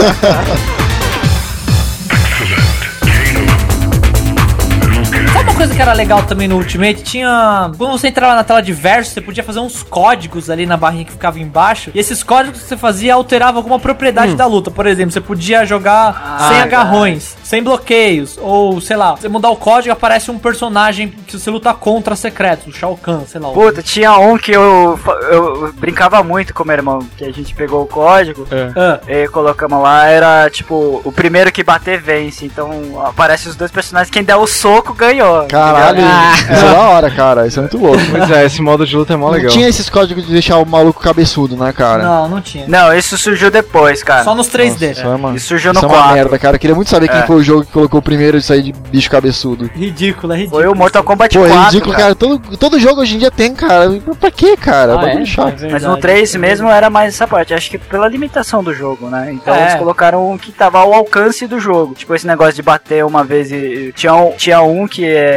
Sabe uma coisa que era legal também no Ultimate? Tinha... Quando você entrava na tela de verso, você podia fazer uns códigos ali na barrinha que ficava embaixo. E esses códigos que você fazia alteravam alguma propriedade da luta. Por exemplo, você podia jogar sem agarrões, sem bloqueios. Ou, sei lá, você mudar o código, aparece um personagem que você luta contra secreto. O Shao Kahn, sei lá. Puta, tinha um que eu brincava muito com meu irmão. Que a gente pegou o código e colocamos lá. Era, tipo, o primeiro que bater vence. Então, aparece os 2 personagens. Quem der o soco, ganhou. Caralho, isso é da hora, cara. Isso é muito louco. Pois é, esse modo de luta é mó legal. Não tinha esses códigos de deixar o maluco cabeçudo, né, cara? Não tinha. Não, isso surgiu depois, cara. Só nos 3D. Isso surgiu no 4. Isso é uma merda, cara. Eu queria muito saber quem foi o jogo que colocou o primeiro isso aí de bicho cabeçudo. Ridículo. Foi o Mortal Kombat 4, é ridículo, cara. Todo jogo hoje em dia tem, cara. Pra quê, cara? Bagulho chato. Mas no 3 mesmo era mais essa parte. Acho que pela limitação do jogo, né? Então eles colocaram o que tava ao alcance do jogo. Tipo, esse negócio de bater uma vez e... Tinha um que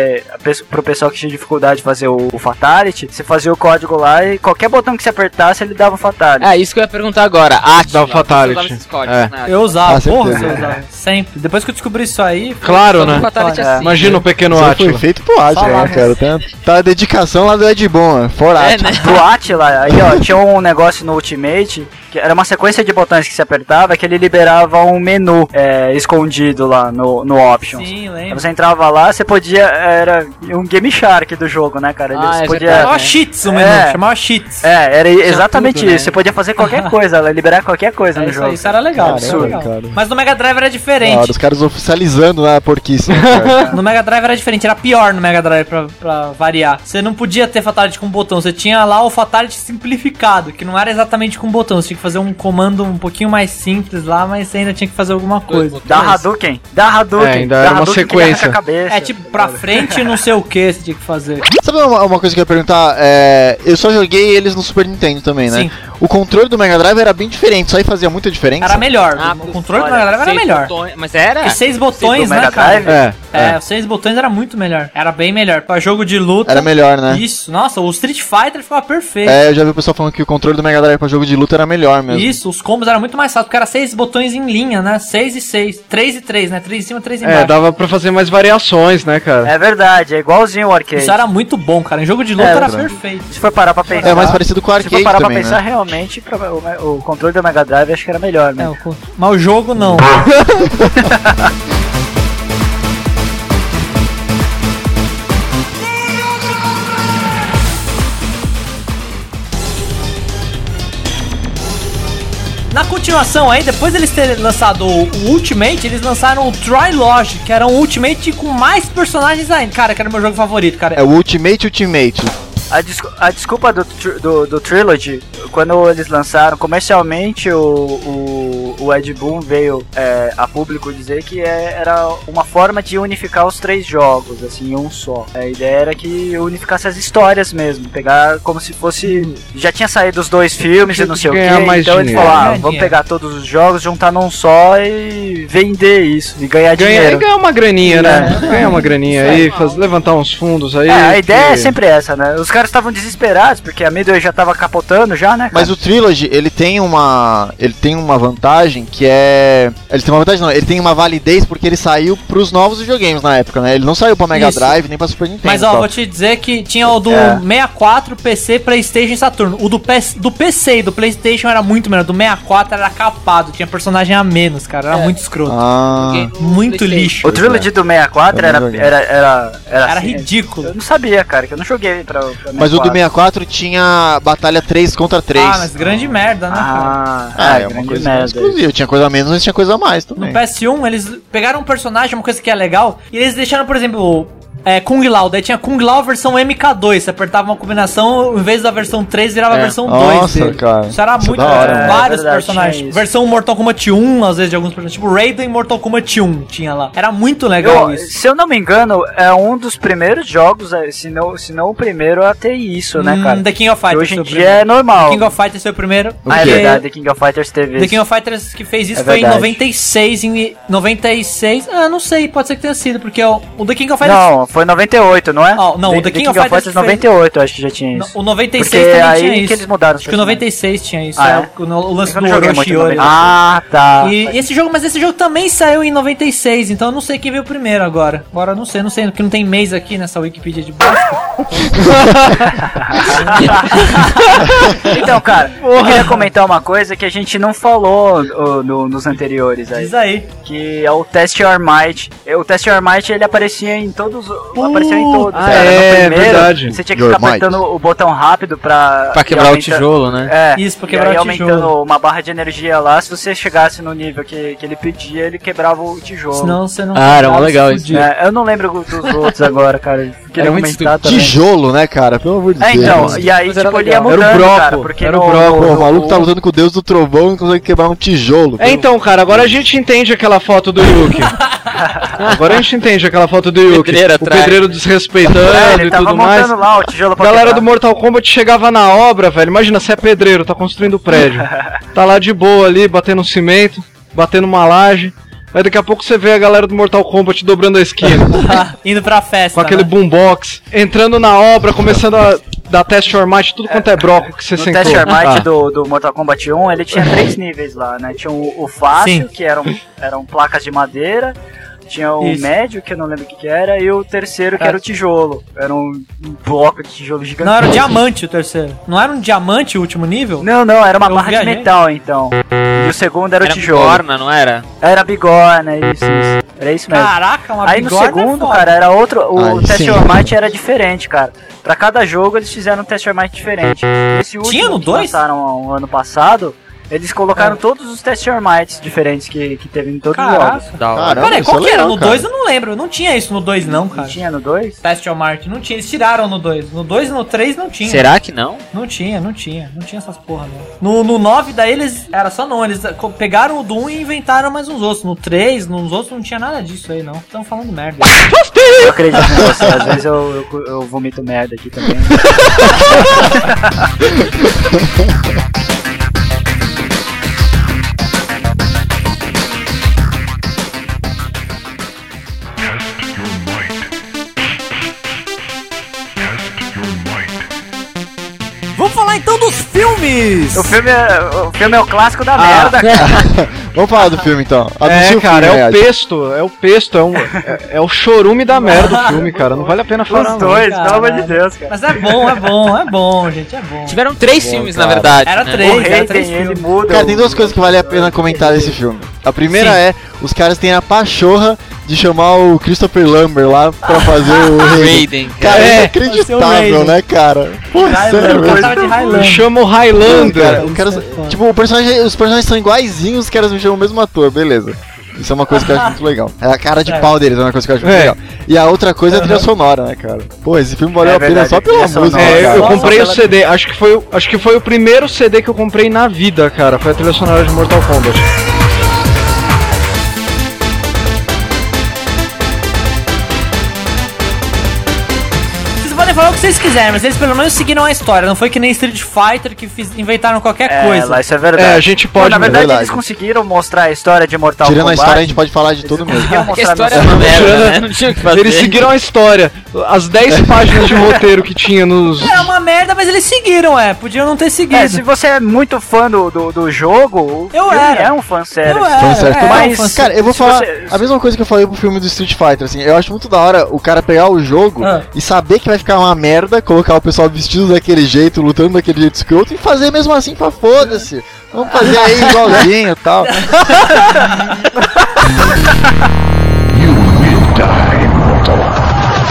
pro pessoal que tinha dificuldade de fazer o Fatality, você fazia o código lá e qualquer botão que você apertasse, ele dava um Fatality. Isso que eu ia perguntar agora. Dava o Fatality. Eu usava, porra, eu usava. Sempre. Depois que eu descobri isso aí... Claro, né? Assim, imagina o pequeno Átila. Foi feito pro Átila, né, cara? Tá a dedicação lá do Ed Boon, fora Átila. Pro Átila, aí ó, tinha um negócio no Ultimate, que era uma sequência de botões que você apertava, que ele liberava um menu escondido lá no Options. Sim, lembro. Aí você entrava lá, você podia... Era um Game Shark do jogo, né, cara? Você podia... Chamava Cheats o menu, chamava Cheats. Era exatamente tudo, isso. né? Você podia fazer qualquer coisa, liberar qualquer coisa no jogo. Isso era legal, Caramba, cara. Mas no Mega Drive era diferente. Os caras oficializando a porquice. Cara. No Mega Drive era diferente, era pior no Mega Drive pra variar. Você não podia ter Fatality com botão, você tinha lá o Fatality simplificado, que não era exatamente com botão, você tinha que fazer um comando um pouquinho mais simples lá, mas você ainda tinha que fazer alguma coisa. Da Hadouken, ainda era uma sequência. Tipo, pra frente não sei o que você tinha que fazer. Sabe uma coisa que eu ia perguntar? Eu só joguei eles no Super Nintendo também, né? Sim. O controle do Mega Drive era bem diferente, isso aí fazia muita diferença? Era melhor, o controle do Mega Drive era melhor. Mas era? E 6 botões, né, cara? Os 6 botões era muito melhor. Era bem melhor. Pra jogo de luta... Era melhor, né? Isso. Nossa, o Street Fighter ficava perfeito. Eu já vi o pessoal falando que o controle do Mega Drive pra jogo de luta era melhor mesmo. Isso, os combos eram muito mais fáceis, porque era 6 botões em linha, né? 6 e 6. 3 e 3, né? 3 em cima, 3 embaixo. Dava pra fazer mais variações, né, cara? É verdade, é igualzinho o arcade. Isso era muito bom, cara. Em jogo de luta era perfeito. Se for parar pra pensar... É mais parecido com o arcade também, Se for parar também, pra pensar, né? realmente, o controle do Mega Drive acho que era melhor, né? Mas o jogo não. Na continuação aí, depois deles terem lançado o Ultimate, eles lançaram o Trilogy, que era um Ultimate com mais personagens ainda. Cara, que era o meu jogo favorito, cara. É o Ultimate. A desculpa do Trilogy, quando eles lançaram, comercialmente o Ed Boon veio a público dizer que era uma forma de unificar os 3 jogos, assim, em um só. A ideia era que unificasse as histórias mesmo, pegar como se fosse... Já tinha saído os 2 filmes e não sei o que, então eles falaram, vamos pegar todos os jogos, juntar num só e vender isso, e ganhar dinheiro. E ganhar uma graninha, né? Ganhar uma graninha aí, levantar uns fundos aí. A ideia é sempre essa, né? Os caras estavam desesperados, porque a Midway já tava capotando já, né, cara? Mas o Trilogy, ele tem uma vantagem que é... Ele tem uma vantagem não, ele tem uma validez porque ele saiu pros novos videogames na época, né? Ele não saiu pra Mega Drive nem pra Super Nintendo. Mas vou te dizer que tinha o do 64, PC, Playstation e Saturno. O do PC e do Playstation era muito melhor. Do 64 era capado, tinha personagem a menos, cara. Era muito escroto. Muito lixo. O Trilogy do 64 era assim, ridículo. Eu não sabia, cara, que eu não joguei pra Mas o do 64 tinha batalha 3 contra 3. Mas grande merda, né, cara? É uma coisa exclusiva. Tinha coisa a menos, mas tinha coisa a mais também. No PS1, eles pegaram um personagem, uma coisa que é legal, e eles deixaram, por exemplo... Kung Lao, daí tinha Kung Lao versão MK2, você apertava uma combinação, em vez da versão 3 virava a versão 2 Nossa, dele. cara. Isso era muito vários personagens. Versão Mortal Kombat 1, às vezes de alguns personagens, tipo Raiden Mortal Kombat 1 tinha lá. Era muito legal isso. Se eu não me engano, é um dos primeiros jogos, se não o primeiro a ter isso, né, cara? The King of Fighters. Hoje em dia é normal. The King of Fighters foi o primeiro. É verdade, The King of Fighters teve isso. The King of Fighters que fez isso foi em 96. Em 96, não sei, pode ser que tenha sido, porque o The King of Fighters... Não, foi 98, não é? Não, o The King of Fighters 98, acho que já tinha isso. O 96 porque também aí tinha isso. Que eles mudaram. Acho que o 96 tinha isso. O lance do Orochi. Tá. E esse jogo, mas esse jogo também saiu em 96, então eu não sei quem veio primeiro agora. Agora eu não sei, porque não tem mês aqui nessa Wikipedia de bosta. Então, cara, eu queria comentar uma coisa que a gente não falou nos anteriores aí. Diz aí. Que é o Test Your Might. O Test Your Might, ele aparecia em todos. Apareceu em todos. É verdade. Você tinha que ficar apertando o botão rápido pra quebrar o tijolo, né? Isso, pra quebrar o tijolo. Aumentando uma barra de energia lá, se você chegasse no nível que ele pedia, ele quebrava o tijolo. Senão você não... era mó legal isso. Eu não lembro dos outros agora, cara. Era muito tijolo, né, cara? Pelo amor de Deus. Então, e aí, tipo, ele ia mudando, era o broco, cara, porque era o broco. O maluco tá lutando com o deus do trovão e não consegue quebrar um tijolo. Então, cara, agora a gente entende aquela foto do Yuki. Agora a gente entende aquela foto do Yuki. O pedreiro desrespeitando e tudo mais. Lá o tijolo pra galera do Mortal Kombat chegava na obra, velho. Imagina, você é pedreiro, tá construindo prédio. Tá lá de boa ali, batendo cimento, batendo uma laje. Aí daqui a pouco você vê a galera do Mortal Kombat dobrando a esquina. Indo pra festa. Com aquele boombox. Entrando na obra, começando a dar Test Your Might, tudo quanto é broco que você sentou. No Test Your Might do Mortal Kombat 1, ele tinha 3 níveis lá, né? Tinha o fácil, que eram placas de madeira. Tinha o médio, que eu não lembro o que era, e o terceiro, que era o tijolo. Era um bloco de tijolo gigante. Não, era o diamante o terceiro. Não era um diamante o último nível? Não, era uma barra de metal, então. E o segundo era o tijolo. Era bigorna, não era? Era bigorna, isso. Era isso mesmo. Caraca, uma Aí bigorna. Aí no segundo, cara, era outro. O Test Your Might era diferente, cara. Pra cada jogo eles fizeram um Test Your Might diferente. Esse último tinha no 2? Que passaram um ano passado, eles colocaram todos os Test Your Mights diferentes que teve em todos os jogos. Peraí, qual que era? No 2 eu não lembro. Não tinha isso no 2 não, cara. Não tinha no 2? Test Your Might, não tinha. Eles tiraram no 2. No 2 e no 3 não tinha. Será que não? Não tinha. Não tinha essas porra, não. No 9 daí eles... Era só não. Eles pegaram o do 1 e inventaram mais uns outros. No 3, nos outros não tinha nada disso aí, não. Estão falando merda. Eu acredito em você. Às vezes eu vomito merda aqui também. Vamos falar então dos filmes! O filme é o clássico da merda, cara. Vamos falar do filme então. Cara, é o pesto, é o chorume da merda do filme, cara. Não vale a pena falar. Os dois, pelo amor de Deus, cara. Mas é bom, gente, é bom. Tiveram 3 filmes, cara, na verdade. Era 3 filmes. Muda. Cara, tem 2 coisas que vale a pena comentar desse filme. A primeira é, os caras têm a pachorra de chamar o Christopher Lambert lá pra fazer o Raiden. Cara, é inacreditável, né, cara? Pô, sério, velho. Chama o Highlander. Tipo, os personagens são iguaizinhos, os caras me chamam o mesmo ator, beleza. Isso é uma coisa que eu acho muito legal. É a cara de pau deles, é uma coisa que eu acho muito legal. E a outra coisa é a trilha sonora, né, cara? Pô, esse filme valeu a pena só pela música. Eu comprei o CD, acho que foi o primeiro CD que eu comprei na vida, cara. Foi a trilha sonora de Mortal Kombat. Falar o que vocês quiserem, mas eles pelo menos seguiram a história. Não foi que nem Street Fighter que inventaram qualquer coisa. Lá, isso é verdade. A gente pode... Na verdade, eles conseguiram mostrar a história de Mortal Kombat. Tirando a história, a gente pode falar de tudo mesmo. Porque a história é uma merda, né? Não tinha o que fazer. Eles seguiram a história. As 10 páginas de roteiro que tinha nos... É uma merda, mas eles seguiram, Podiam não ter seguido. Se você é muito fã do jogo, eu era um fã sério. Mas, cara, eu vou falar a mesma coisa que eu falei pro filme do Street Fighter, assim. Eu acho muito da hora o cara pegar o jogo e saber que vai ficar uma merda, colocar o pessoal vestido daquele jeito, lutando daquele jeito escroto e fazer mesmo assim pra foda-se. Vamos fazer aí igualzinho e tal. You will die, mortal.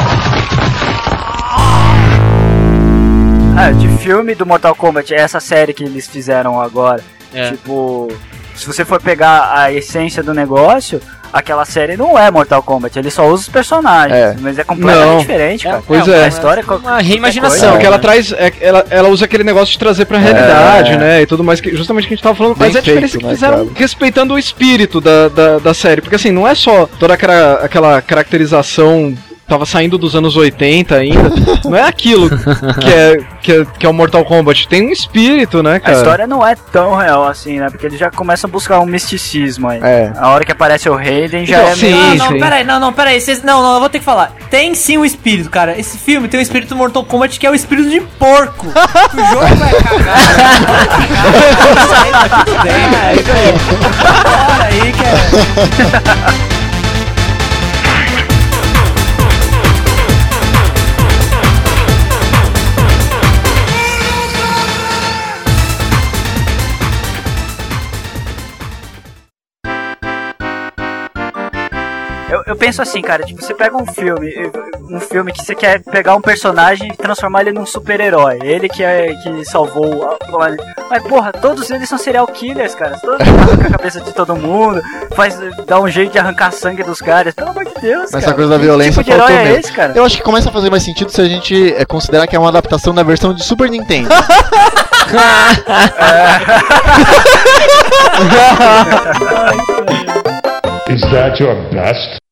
De filme do Mortal Kombat, essa série que eles fizeram agora, tipo, se você for pegar a essência do negócio, aquela série não é Mortal Kombat, ele só usa os personagens, mas é completamente diferente, cara. Pois é. A história é uma reimaginação. Porque ela traz, ela usa aquele negócio de trazer pra realidade, né, e tudo mais, que justamente que a gente tava falando, mas é a diferença que fizeram respeitando o espírito da série, porque assim, não é só toda aquela caracterização tava saindo dos anos 80 ainda, não é aquilo que é o Mortal Kombat, tem um espírito, né, cara? A história não é tão real assim, né, porque eles já começam a buscar um misticismo aí. A hora que aparece o Raiden já então, é meio... Peraí, vocês... Não, eu vou ter que falar. Tem sim o espírito, cara. Esse filme tem o espírito do Mortal Kombat, que é o espírito de porco. O jogo vai cagar. Isso aí tá tudo bem. Isso aí. Bora aí, que Eu penso assim, cara, tipo, você pega um filme que você quer pegar um personagem e transformar ele num super-herói. Ele que salvou mas, porra, todos eles são serial killers, cara. Todos arrancam a cabeça de todo mundo, dá um jeito de arrancar sangue dos caras. Pelo amor de Deus, cara. Essa coisa da violência tipo de herói é esse, cara? Eu acho que começa a fazer mais sentido se a gente considerar que é uma adaptação da versão de Super Nintendo. Is that your best?